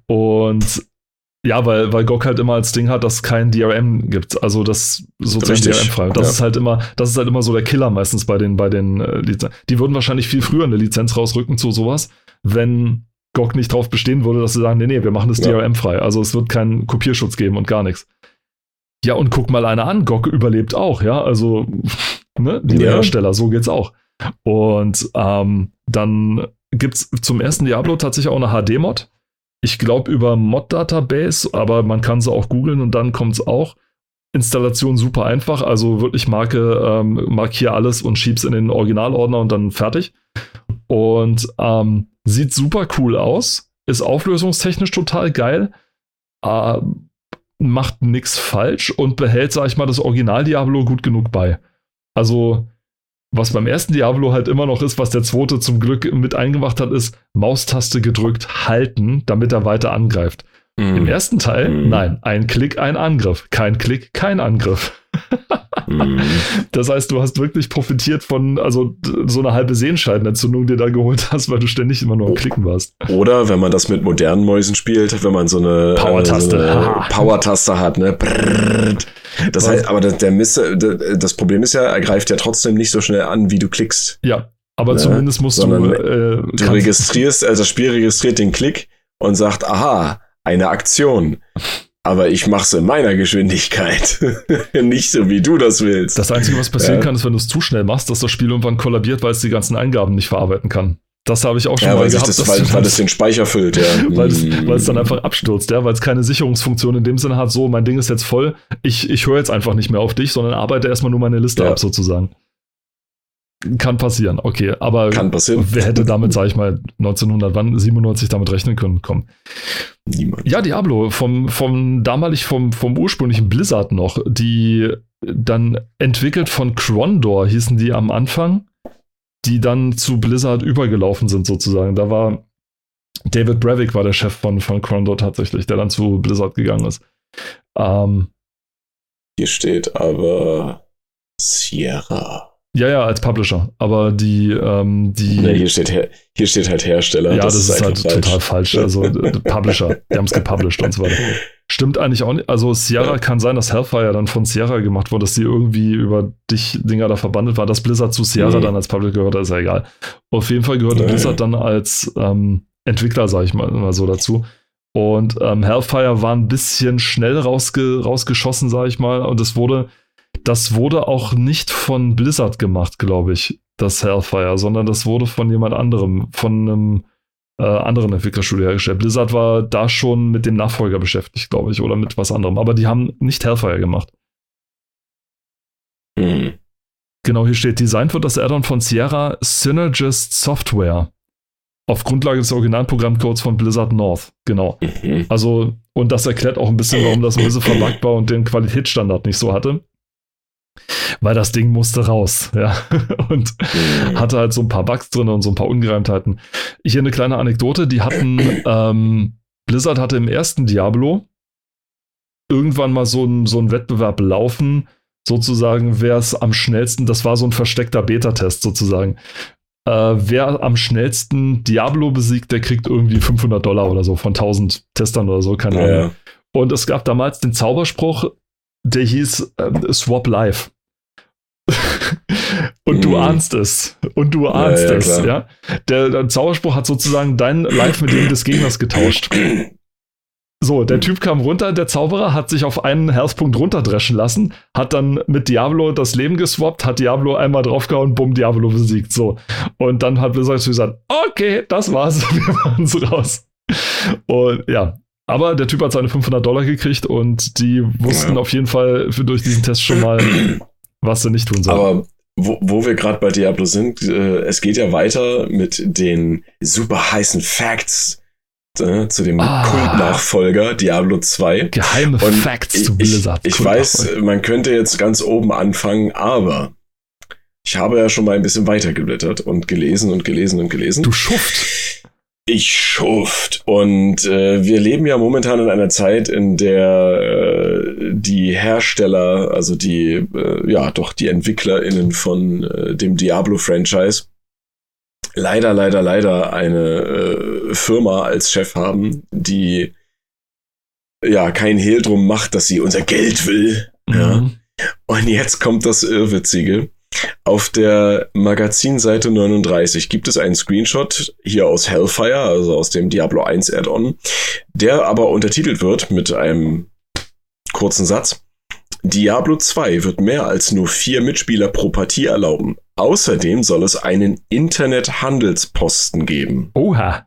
Und ja, weil, weil G O G halt immer als Ding hat, dass es kein D R M gibt, also das sozusagen D R M-frei. Das ja. ist halt immer, das ist halt immer so der Killer meistens bei den, bei den äh, Lizenzen. Die würden wahrscheinlich viel früher eine Lizenz rausrücken zu sowas, wenn G O G nicht drauf bestehen würde, dass sie sagen, nee, nee, wir machen das ja. D R M-frei. Also es wird keinen Kopierschutz geben und gar nichts. Ja, und guck mal einer an, G O G überlebt auch, ja, also ne, die ja. Hersteller, so geht's auch. Und ähm, dann gibt's zum ersten Diablo tatsächlich auch eine H D-Mod. Ich glaube über Mod-Database, aber man kann sie auch googeln und dann kommt's auch. Installation super einfach, also wirklich marke, ähm, markier alles und schieb's in den Originalordner und dann fertig. Und ähm, sieht super cool aus, ist auflösungstechnisch total geil, äh, macht nichts falsch und behält, sag ich mal, das Original-Diablo gut genug bei. Also, was beim ersten Diablo halt immer noch ist, was der zweite zum Glück mit eingemacht hat, ist Maustaste gedrückt halten, damit er weiter angreift. Mm. Im ersten Teil, mm. nein, ein Klick, ein Angriff. Kein Klick, kein Angriff. mm. Das heißt, du hast wirklich profitiert von, also so eine halbe Sehenscheidenentzündung, die du da geholt hast, weil du ständig immer nur am Klicken warst. Oder wenn man das mit modernen Mäusen spielt, wenn man so eine Power-Taste, äh, so eine Power-Taste hat, ne? Brrrt. Das heißt, aber der, der Mist, das Problem ist ja, er greift ja trotzdem nicht so schnell an, wie du klickst. Ja, aber ja, zumindest musst sondern du... Äh, du registrierst, also das Spiel registriert den Klick und sagt, aha, eine Aktion. Aber ich mach's in meiner Geschwindigkeit. Nicht so, wie du das willst. Das Einzige, was passieren ja. kann, ist, wenn du es zu schnell machst, dass das Spiel irgendwann kollabiert, weil es die ganzen Eingaben nicht verarbeiten kann. Das habe ich auch schon ja, mal weil gehabt. Das, weil, weil das den Speicher füllt, ja. weil, es, weil es dann einfach abstürzt, ja, weil es keine Sicherungsfunktion in dem Sinne hat, so, mein Ding ist jetzt voll, ich, ich höre jetzt einfach nicht mehr auf dich, sondern arbeite erstmal nur meine Liste ja. ab, sozusagen. Kann passieren, okay, aber Kann passieren. Wer hätte damit, sag ich mal, neunzehnhundertsiebenundneunzig damit rechnen können? Komm. Niemand. Ja, Diablo, vom, vom damalig, vom, vom ursprünglichen Blizzard noch, die dann entwickelt von Crondor, hießen die am Anfang, die dann zu Blizzard übergelaufen sind, sozusagen. Da war David Brevik war der Chef von, von Crondor tatsächlich, der dann zu Blizzard gegangen ist. Ähm, Hier steht aber Sierra. Ja, ja, als Publisher. Aber die, ähm, die. Nee, hier steht, Her- hier steht halt Hersteller. Ja, das, das ist, ist halt falsch. total falsch. Also Publisher, die haben es gepublished und so weiter. Stimmt eigentlich auch nicht. Also Sierra ja. kann sein, dass Hellfire dann von Sierra gemacht wurde, dass die irgendwie über dich Dinger da verbandelt war. Dass Blizzard zu Sierra mhm. dann als Publisher gehört, ist ja egal. Auf jeden Fall gehörte Nein. Blizzard dann als ähm, Entwickler, sag ich mal, mal so dazu. Und ähm, Hellfire war ein bisschen schnell rausge- rausgeschossen, sag ich mal. Und es wurde Das wurde auch nicht von Blizzard gemacht, glaube ich, das Hellfire, sondern das wurde von jemand anderem, von einem äh, anderen Entwicklerstudio hergestellt. Blizzard war da schon mit dem Nachfolger beschäftigt, glaube ich, oder mit was anderem. Aber die haben nicht Hellfire gemacht. Mhm. Genau, hier steht, designt wird das Add-on von Sierra Synergist Software. Auf Grundlage des Originalprogrammcodes von Blizzard North. Genau. Mhm. Also, und das erklärt auch ein bisschen, warum das ein bisschen verbuggt war und den Qualitätsstandard nicht so hatte. Weil das Ding musste raus, ja, und mhm. hatte halt so ein paar Bugs drin und so ein paar Ungereimtheiten. Hier eine kleine Anekdote, die hatten, ähm, Blizzard hatte im ersten Diablo irgendwann mal so ein, so ein Wettbewerb laufen, sozusagen, wer es am schnellsten, das war so ein versteckter Beta-Test sozusagen, äh, wer am schnellsten Diablo besiegt, der kriegt irgendwie fünfhundert Dollar oder so von tausend Testern oder so, keine Ahnung. Ja. Und es gab damals den Zauberspruch, der hieß äh, Swap Live. Und du ahnst es. Und du ahnst ja, ja, es, ja. Der, der Zauberspruch hat sozusagen dein Live mit dem des Gegners getauscht. So, der Typ kam runter, der Zauberer hat sich auf einen Health-Punkt runterdreschen lassen, hat dann mit Diablo das Leben geswappt, hat Diablo einmal draufgehauen, bumm, Diablo besiegt. So. Und dann hat Blizzard gesagt, okay, das war's, wir machen's raus. Und ja, aber der Typ hat seine fünfhundert Dollar gekriegt und die wussten ja. auf jeden Fall für, durch diesen Test schon mal, was sie nicht tun sollen. Aber wo, wo wir gerade bei Diablo sind, äh, es geht ja weiter mit den super heißen Facts, äh, zu dem ah. Kultnachfolger Diablo zwei. Geheime Und Facts ich, zu Blizzard. Ich, ich weiß, man könnte jetzt ganz oben anfangen, aber ich habe ja schon mal ein bisschen weitergeblättert und gelesen und gelesen und gelesen. Du Schuft. Ich Schuft. Und äh, wir leben ja momentan in einer Zeit, in der äh, die Hersteller, also die, äh, ja doch, die EntwicklerInnen von äh, dem Diablo-Franchise leider, leider, leider eine äh, Firma als Chef haben, die ja kein Hehl drum macht, dass sie unser Geld will. Mhm. Ja. Und jetzt kommt das Irrwitzige. Auf der Magazinseite neununddreißig gibt es einen Screenshot hier aus Hellfire, also aus dem Diablo eins Add-on, der aber untertitelt wird mit einem kurzen Satz. Diablo zwei wird mehr als nur vier Mitspieler pro Partie erlauben. Außerdem soll es einen Internet-Handelsposten geben. Oha.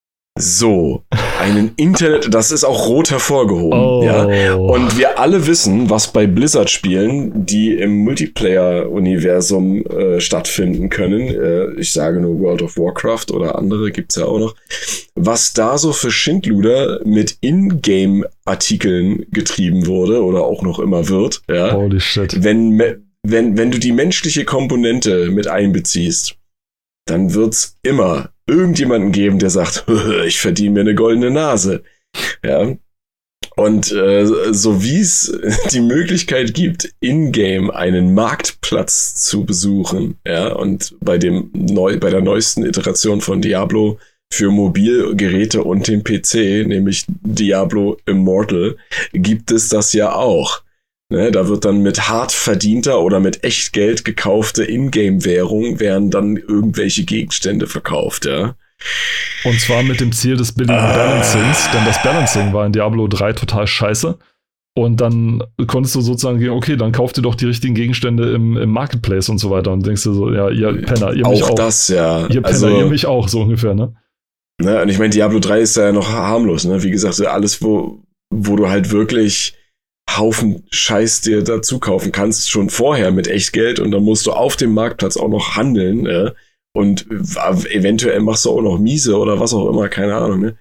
So, einen Internet, das ist auch rot hervorgehoben. Oh. Ja? Und wir alle wissen, was bei Blizzard-Spielen, die im Multiplayer-Universum äh, stattfinden können, äh, ich sage nur World of Warcraft oder andere, gibt's ja auch noch, was da so für Schindluder mit Ingame-Artikeln getrieben wurde oder auch noch immer wird. Ja? Holy shit. Wenn, wenn, wenn du die menschliche Komponente mit einbeziehst, dann wird's immer irgendjemanden geben, der sagt, ich verdiene mir eine goldene Nase. Ja. Und äh, so wie es die Möglichkeit gibt, in-game einen Marktplatz zu besuchen, ja, und bei dem neu, bei der neuesten Iteration von Diablo für Mobilgeräte und den P C, nämlich Diablo Immortal, gibt es das ja auch. Ne, da wird dann mit hart verdienter oder mit Echtgeld gekaufte Ingame-Währung werden dann irgendwelche Gegenstände verkauft, ja. Und zwar mit dem Ziel des billigen ah. Balancings, denn das Balancing war in Diablo drei total scheiße. Und dann konntest du sozusagen gehen, okay, dann kauf dir doch die richtigen Gegenstände im, im Marketplace und so weiter. Und denkst du so, ja, ihr Penner, ihr mich auch. Auch das, ja. Ihr Penner, also, ihr mich auch, so ungefähr, ne? Ne, und ich meine, Diablo drei ist ja noch harmlos, ne? Wie gesagt, alles, wo, wo du halt wirklich Haufen Scheiß dir dazu kaufen kannst, schon vorher mit Echtgeld, und dann musst du auf dem Marktplatz auch noch handeln, ne? Und eventuell machst du auch noch miese oder was auch immer, keine Ahnung, ne?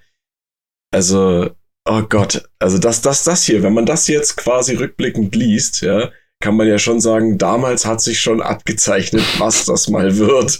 Also, oh Gott, also das, das, das hier, wenn man das jetzt quasi rückblickend liest, ja, kann man ja schon sagen, damals hat sich schon abgezeichnet, was das mal wird.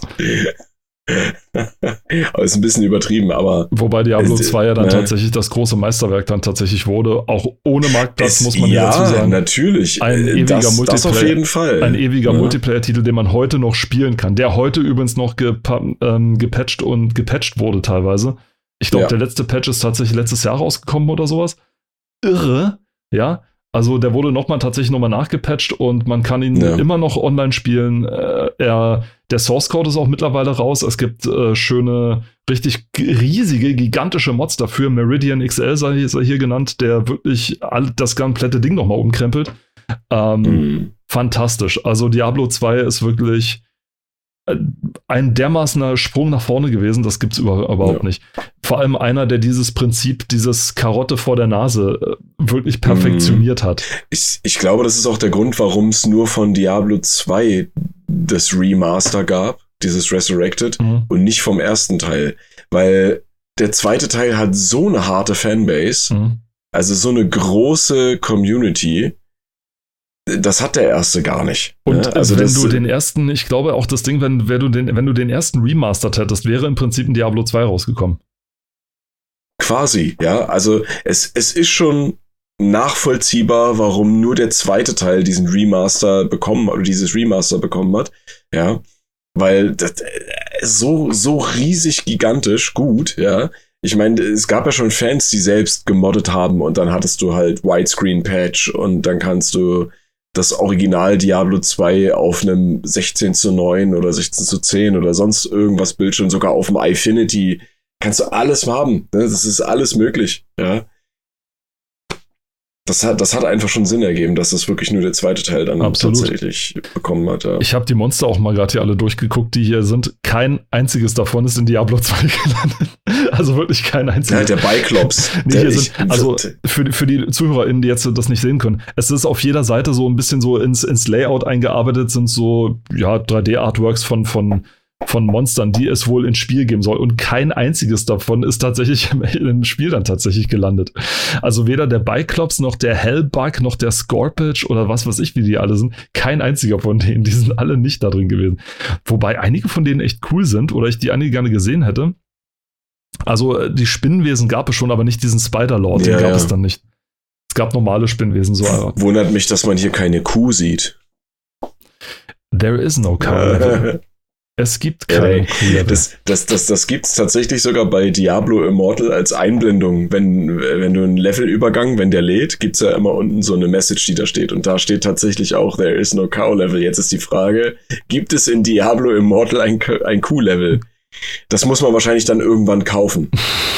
Aber ist ein bisschen übertrieben, aber... Wobei Diablo äh, zwei ja dann ne? tatsächlich das große Meisterwerk dann tatsächlich wurde, auch ohne Marktplatz, es, muss man ja, dazu sagen. natürlich. Ein ewiger das, Multiplayer, das auf jeden Fall. Ein ewiger ja. Multiplayer-Titel, den man heute noch spielen kann, der heute übrigens noch gepa- ähm, gepatcht und gepatcht wurde teilweise. Ich glaube, ja. der letzte Patch ist tatsächlich letztes Jahr rausgekommen oder sowas. Irre, ja. Also der wurde nochmal tatsächlich nochmal nachgepatcht und man kann ihn ja. immer noch online spielen. Äh, er, der Source Code ist auch mittlerweile raus. Es gibt äh, schöne, richtig riesige, gigantische Mods dafür. Meridian X L sei, sei hier genannt, der wirklich all, das komplette Ding nochmal umkrempelt. Ähm, mhm. Fantastisch. Also Diablo zwei ist wirklich ein dermaßener Sprung nach vorne gewesen, das gibt's über, überhaupt ja. nicht. Vor allem einer, der dieses Prinzip, dieses Karotte vor der Nase äh, wirklich perfektioniert mm. hat. Ich, ich glaube, das ist auch der Grund, warum es nur von Diablo zwei das Remaster gab, dieses Resurrected, mm. und nicht vom ersten Teil. Weil der zweite Teil hat so eine harte Fanbase, mm. also so eine große Community. Das hat der erste gar nicht. Und ja, also wenn das, du den ersten, ich glaube auch das Ding, wenn, wenn, du den, wenn du den ersten remastered hättest, wäre im Prinzip ein Diablo zwei rausgekommen. Quasi, ja. Also es, es ist schon nachvollziehbar, warum nur der zweite Teil diesen Remaster bekommen oder dieses Remaster bekommen hat. Ja. Weil das so, so riesig gigantisch gut, ja. Ich meine, es gab ja schon Fans, die selbst gemoddet haben, und dann hattest du halt Widescreen-Patch und dann kannst du das Original Diablo zwei auf einem sechzehn zu neun oder sechzehn zu zehn oder sonst irgendwas Bildschirm, sogar auf dem Infinity, kannst du alles haben. Ne? Das ist alles möglich. Ja. Das hat, das hat einfach schon Sinn ergeben, dass das wirklich nur der zweite Teil dann Absolut. tatsächlich bekommen hat. Ja. Ich habe die Monster auch mal gerade hier alle durchgeguckt, die hier sind. Kein einziges davon ist in Diablo zwei gelandet. Also wirklich kein einziges. Ja, der Biklops. nee, der hier sind, also für, für die ZuhörerInnen, die jetzt das nicht sehen können, es ist auf jeder Seite so ein bisschen so ins, ins Layout eingearbeitet, sind so ja drei D-Artworks von, von von Monstern, die es wohl ins Spiel geben soll. Und kein einziges davon ist tatsächlich im Spiel dann tatsächlich gelandet. Also weder der Biklops noch der Hellbug noch der Scorpitch oder was weiß ich, wie die alle sind. Kein einziger von denen. Die sind alle nicht da drin gewesen. Wobei einige von denen echt cool sind oder ich die einige gerne gesehen hätte. Also die Spinnenwesen gab es schon, aber nicht diesen Spider-Lord. Den ja, gab ja. es dann nicht. Es gab normale Spinnenwesen. So. Wundert mich, dass man hier keine Kuh sieht. There is no cow. Es gibt keine ja, Kuh. Das, das, das, das gibt es tatsächlich sogar bei Diablo Immortal als Einblendung. Wenn, wenn du einen Levelübergang, wenn der lädt, gibt es ja immer unten so eine Message, die da steht. Und da steht tatsächlich auch, there is no cow level. Jetzt ist die Frage, gibt es in Diablo Immortal ein, ein Kuh-Level? Das muss man wahrscheinlich dann irgendwann kaufen.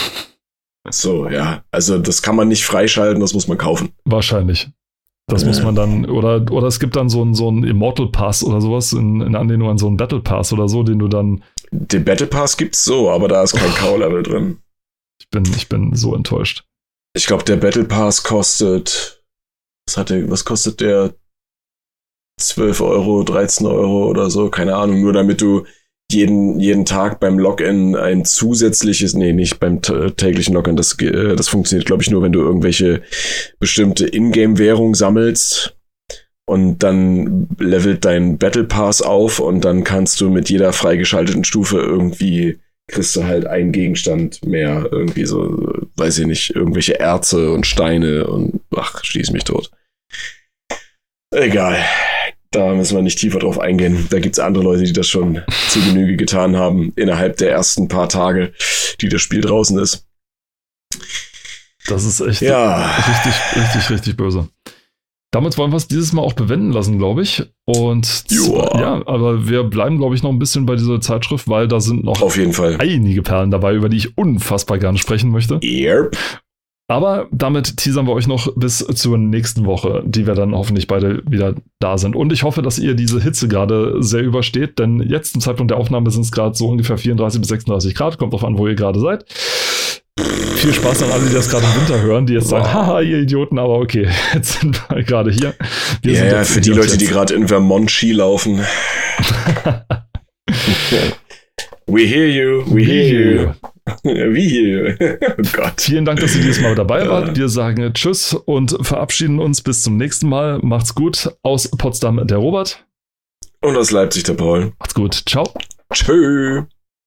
So, ja. Also das kann man nicht freischalten, das muss man kaufen. Wahrscheinlich. Das muss man dann, oder, oder es gibt dann so einen so einen Immortal Pass oder sowas in, in Anlehnung an so einen Battle Pass oder so, den du dann... Den Battle Pass gibt's so, aber da ist kein Cow-Level drin. Ich bin, ich bin so enttäuscht. Ich glaube, der Battle Pass kostet... Was hat der, was kostet der? zwölf Euro, dreizehn Euro oder so, keine Ahnung. Nur damit du jeden, jeden Tag beim Login ein zusätzliches, nee, nicht beim t- täglichen Login, das, äh, das funktioniert, glaube ich, nur, wenn du irgendwelche bestimmte Ingame-Währung sammelst und dann levelt dein Battle Pass auf und dann kannst du mit jeder freigeschalteten Stufe irgendwie, kriegst du halt einen Gegenstand mehr, irgendwie so, weiß ich nicht, irgendwelche Erze und Steine und ach, schieß mich tot. Egal. Da müssen wir nicht tiefer drauf eingehen. Da gibt's andere Leute, die das schon zu Genüge getan haben, innerhalb der ersten paar Tage, die das Spiel draußen ist. Das ist echt ja. richtig, richtig, richtig böse. Damit wollen wir es dieses Mal auch bewenden lassen, glaube ich. Und zwar, ja, aber wir bleiben, glaube ich, noch ein bisschen bei dieser Zeitschrift, weil da sind noch auf jeden Fall einige Perlen dabei, über die ich unfassbar gerne sprechen möchte. Yep. Aber damit teasern wir euch noch bis zur nächsten Woche, die wir dann hoffentlich beide wieder da sind. Und ich hoffe, dass ihr diese Hitze gerade sehr übersteht, denn jetzt zum Zeitpunkt der Aufnahme sind es gerade so ungefähr vierunddreißig bis sechsunddreißig Grad. Kommt drauf an, wo ihr gerade seid. Viel Spaß an alle, die das gerade im Winter hören, die jetzt sagen, haha, ihr Idioten, aber okay, jetzt sind wir gerade hier. Wir ja, ja, für die Leute, jetzt. die gerade in Vermont Ski laufen. We hear you, we, we hear you. you. We hear you. Oh Gott. Vielen Dank, dass ihr dieses Mal dabei wart. Wir sagen Tschüss und verabschieden uns bis zum nächsten Mal. Macht's gut. Aus Potsdam der Robert. Und aus Leipzig der Paul. Macht's gut. Ciao. Tschö.